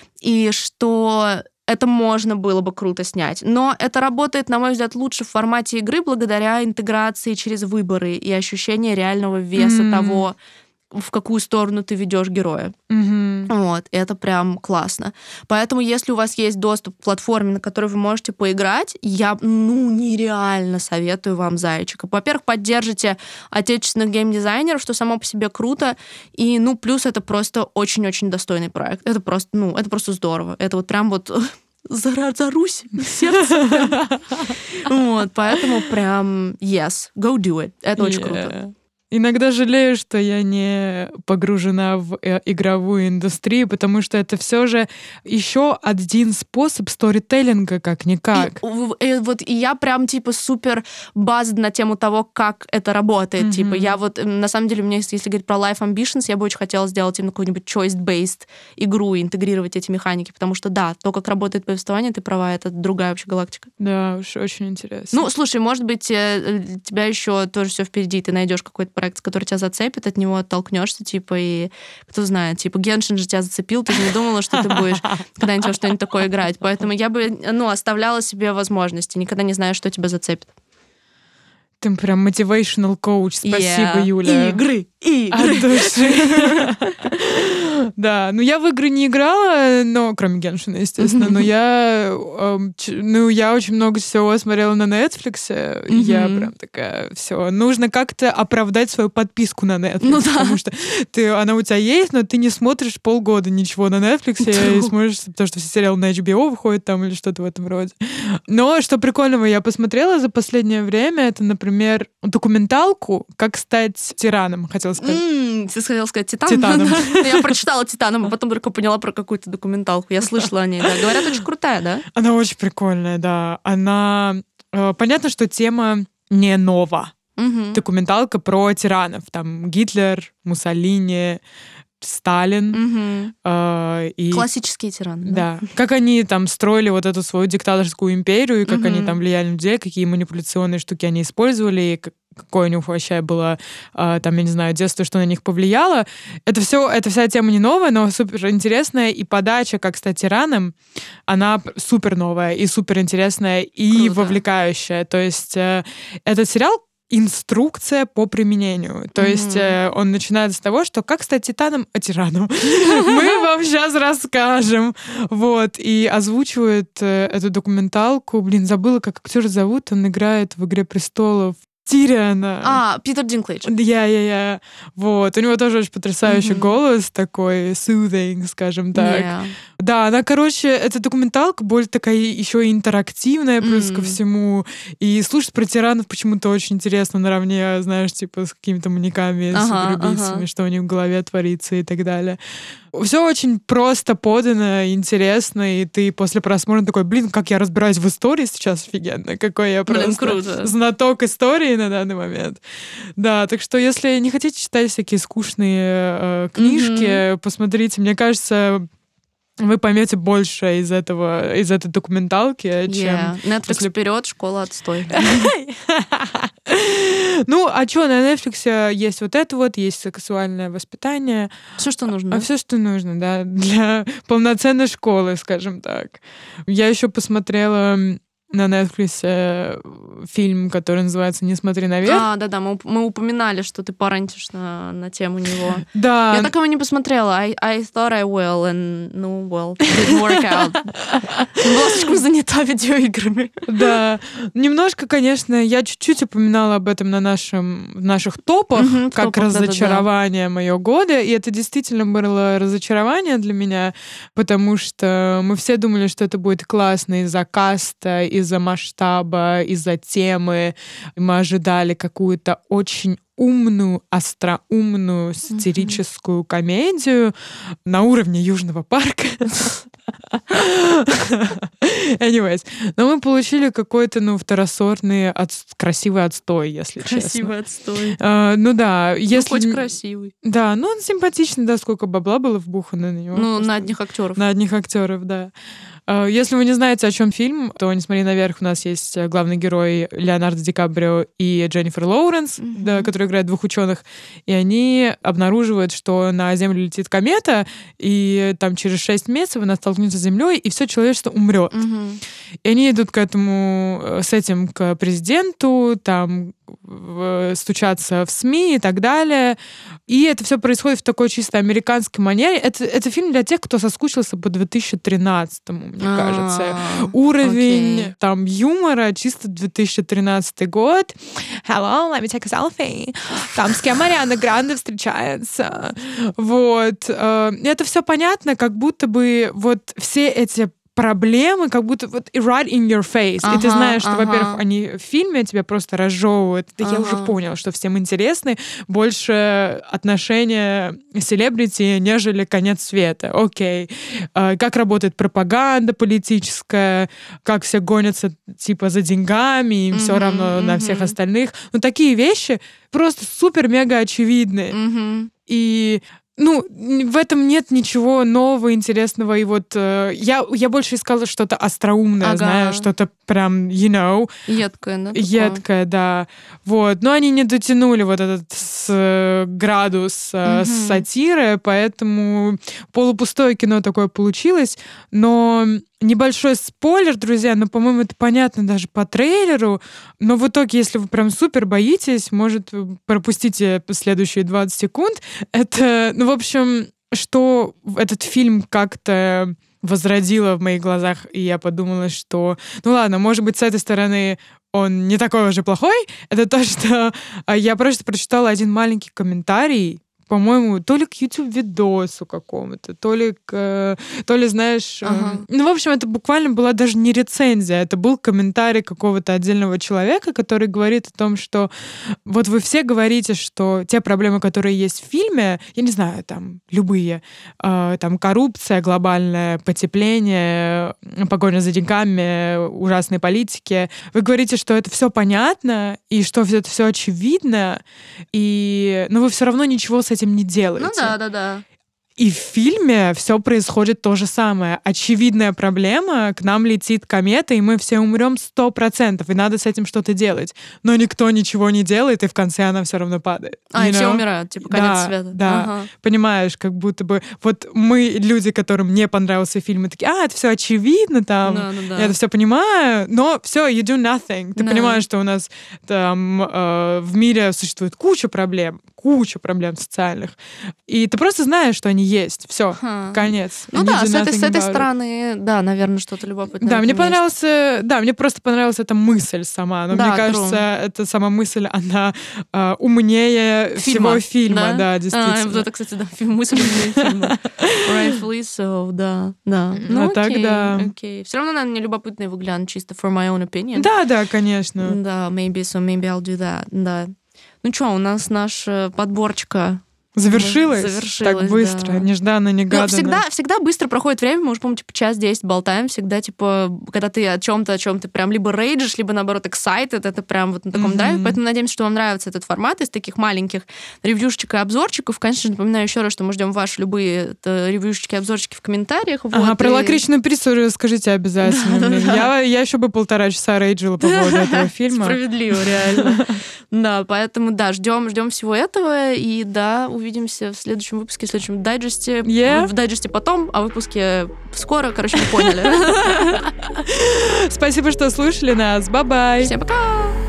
и что это можно было бы круто снять. Но это работает, на мой взгляд, лучше в формате игры благодаря интеграции через выборы и ощущение реального веса mm. того, в какую сторону ты ведешь героя. Mm-hmm. Вот, это прям классно. Поэтому, если у вас есть доступ к платформе, на которой вы можете поиграть, я, ну, нереально советую вам «Зайчика». Во-первых, поддержите отечественных геймдизайнеров, что само по себе круто, и, ну, плюс это просто очень-очень достойный проект. Это просто, ну, это просто здорово. Это вот прям вот... За, за Русь, сердце. Вот, поэтому прям yes, go do it. Это очень круто. Иногда жалею, что я не погружена в э, игровую индустрию, потому что это все же еще один способ сторителлинга, как-никак. И, и, вот, и я прям, типа, супер базд на тему того, как это работает. Mm-hmm. Типа, я вот, на самом деле, у меня, если говорить про Life Ambitions, я бы очень хотела сделать именно какую-нибудь choice-based игру и интегрировать эти механики, потому что, да, то, как работает повествование, ты права, это другая вообще галактика. Да, уж очень интересно. Ну, слушай, может быть, тебя еще тоже все впереди, ты найдешь какой-то проект, который тебя зацепит, от него оттолкнешься, типа, и кто знает, типа, Геншин же тебя зацепил, ты же не думала, что ты будешь когда-нибудь во что-нибудь такое играть. Поэтому я бы, ну, оставляла себе возможности. Никогда не знаю, что тебя зацепит. Ты прям motivational coach. Спасибо, yeah. Юля. Игры, игры. От души. Да, ну я в игры не играла, но кроме Геншина, естественно, но я, ну я очень много всего смотрела на Netflix, и я прям такая, все, нужно как-то оправдать свою подписку на Netflix, ну, да. потому что ты, она у тебя есть, но ты не смотришь полгода ничего на Netflix, и смотришь, потому что все сериалы на эйч би о выходят там или что-то в этом роде. Но что прикольного я посмотрела за последнее время, это, например, документалку «Как стать тираном», хотела сказать. Mm, ты хотела сказать «Титан»? Титаном. Я прочитала «Титаном», а потом только поняла про какую-то документалку. Я слышала о ней, да. Говорят, очень крутая, да? Она очень прикольная, да. Она... Понятно, что тема не нова. Угу. Документалка про тиранов. Там Гитлер, Муссолини, Сталин. Угу. Э, и... Классические тираны. Да? Да. Как они там строили вот эту свою диктаторскую империю, и как угу. они там влияли на людей, какие манипуляционные штуки они использовали, и как какое у них вообще было, э, там, я не знаю, детство, что на них повлияло. Это все, эта вся тема не новая, но супер интересная, и подача, как стать тираном, она супер новая и супер интересная и Круто. Вовлекающая. То есть э, этот сериал инструкция по применению. То mm-hmm. есть э, он начинается с того, что как стать титаном, а тираном. Мы вам сейчас расскажем. Вот. И озвучивает э, эту документалку. Блин, забыла, как актера зовут. Он играет в «Игре престолов». Тириана. А, Питер Динклэйдж. Я-я-я. Вот. У него тоже очень потрясающий mm-hmm. голос, такой soothing, скажем так. Yeah. Да, она, короче, эта документалка более такая еще и интерактивная, плюс mm-hmm. ко всему. И слушать про тиранов почему-то очень интересно наравне, знаешь, типа с какими-то маньяками, ага, суперубийцами, ага. что у них в голове творится и так далее. Все очень просто подано, интересно, и ты после просмотра такой, блин, как я разбираюсь в истории сейчас офигенно, какой я просто блин, круто. знаток истории на данный момент. Да, так что если не хотите читать всякие скучные э, книжки, mm-hmm. посмотрите, мне кажется, вы поймете больше из этого, из этой документалки, yeah. чем... Netflix если... вперед, школа отстой. Ну, а что, на Netflix есть вот это вот, есть сексуальное воспитание. Все, что нужно. А все, что нужно, да, для полноценной школы, скажем так. Я еще посмотрела на Netflix фильм, который называется «Не смотри наверх». А, да-да, мы, мы упоминали, что ты парантишь на, на тему него. Да. Я так его не посмотрела. I, I thought I will, and no, well, didn't work out. Была слишком занята видеоиграми. Да. Немножко, конечно, я чуть-чуть упоминала об этом на нашем, в наших топах, mm-hmm, как топах, разочарование моего года, и это действительно было разочарование для меня, потому что мы все думали, что это будет классно из-за каста, из-за масштаба, из-за темы. Мы ожидали какую-то очень умную, остроумную, сатирическую mm-hmm. комедию на уровне Южного парка. Anyways. Но мы получили какой-то, ну, второсортный, от... красивый отстой, если красивый честно. Красивый отстой. Uh, ну да. Если... Ну, хоть красивый. Да, ну он симпатичный, да, сколько бабла было вбухано на него. Ну, на одних актеров. На одних актеров, да. Если вы не знаете, о чем фильм, то «Не смотри наверх» у нас есть главный герой Леонардо Ди Каприо и Дженнифер Лоуренс, mm-hmm. да, которые играют двух ученых, и они обнаруживают, что на Землю летит комета, и там через шесть месяцев она столкнется с Землей, и все человечество умрет. Mm-hmm. И они идут к этому, с этим к президенту, там стучаться в СМИ и так далее. И это все происходит в такой чисто американской манере. Это, это фильм для тех, кто соскучился по две тысячи тринадцатому, мне А-а-а. кажется. Уровень okay. там юмора чисто две тысячи тринадцатый год. Hello, let me take a selfie. Там с кем Ариана Гранде встречается. Вот. Это все понятно, как будто бы вот все эти проблемы, как будто вот right in your face. Ага, и ты знаешь, что, ага. во-первых, они в фильме тебя просто разжевывают. Да ага. я уже понял, что всем интересны больше отношения селебрити, нежели конец света. Окей. А, как работает пропаганда политическая, как все гонятся типа за деньгами, им mm-hmm, все равно mm-hmm. на всех остальных. Ну, такие вещи просто супер-мега очевидны. Mm-hmm. И ну, в этом нет ничего нового, интересного. И вот э, я, я больше искала что-то остроумное, ага. знаешь, что-то прям, you know. Едкое, да? Едкое, да. Вот. Но они не дотянули вот этот с, градус э, угу. сатиры, поэтому полупустое кино такое получилось. Но небольшой спойлер, друзья, но, по-моему, это понятно даже по трейлеру. Но в итоге, если вы прям супер боитесь, может, пропустите следующие двадцать секунд. Это, ну, в общем, что этот фильм как-то возродило в моих глазах, и я подумала, что, ну ладно, может быть, с этой стороны он не такой уже плохой. Это то, что я просто прочитала один маленький комментарий, по-моему, то ли к YouTube-видосу какому-то, то ли, к, то ли, знаешь... Ага. Э, ну, в общем, это буквально была даже не рецензия, это был комментарий какого-то отдельного человека, который говорит о том, что вот вы все говорите, что те проблемы, которые есть в фильме, я не знаю, там, любые, э, там, коррупция глобальная, потепление, погоня за деньгами, ужасные политики, вы говорите, что это все понятно, и что это все очевидно, и... но вы все равно ничего с этим не делаете. Ну да, да, да. И в фильме все происходит то же самое. Очевидная проблема, к нам летит комета, и мы все умрем сто процентов, и надо с этим что-то делать. Но никто ничего не делает, и в конце она все равно падает. А, и все умирают, типа конец да, света. Да, ага. Понимаешь, как будто бы... Вот мы, люди, которым не понравился фильм, мы такие, а, это все очевидно, там, да, да, да. я это все понимаю, но все, you do nothing. Ты да. понимаешь, что у нас там э, в мире существует куча проблем, куча проблем социальных. И ты просто знаешь, что они есть. Все, Ха. конец. Ну You да, do с этой, с nothing этой about it. стороны, да, наверное, что-то любопытное. Да, в мне этом есть. понравился, да, мне просто понравилась эта мысль сама. Но Да, мне кажется, true. эта сама мысль, она а, умнее Фильма, всего фильма, да, А, действительно. вот это, кстати, да, фильм- мысль умнее фильма. Rightfully so, да, да. Ну, А так, окей, да. окей. Все равно, наверное, мне любопытно его глянуть, чисто for my own opinion. Да, да, конечно. Да, maybe, so maybe I'll do that, да. Ну что, у нас наша подборочка Завершилась, Завершилась, так быстро, да. нежданно, Ну, негаданно. всегда, всегда быстро проходит время, мы уже, по-моему, типа час десять болтаем, всегда, типа, когда ты о чем-то, о чем ты прям либо рейджишь, либо, наоборот, excited, это прям вот на таком Мгм. драйве, поэтому надеемся, что вам нравится этот формат из таких маленьких ревьюшечек и обзорчиков. Конечно же, напоминаю еще раз, что мы ждем ваши любые это, ревьюшечки и обзорчики в комментариях. Ага, вот, про и- лакричную пиццу расскажите обязательно. Да, блин. да, Я, я еще бы полтора часа рейджила по поводу этого фильма. Справедливо, реально. Да, поэтому, да, ждем, ждем всего этого, и, да, увидимся в следующем выпуске, в следующем дайджесте. Yeah. В дайджесте потом, а в выпуске скоро. Короче, вы поняли. Спасибо, что слушали нас. Бай-бай. Всем пока!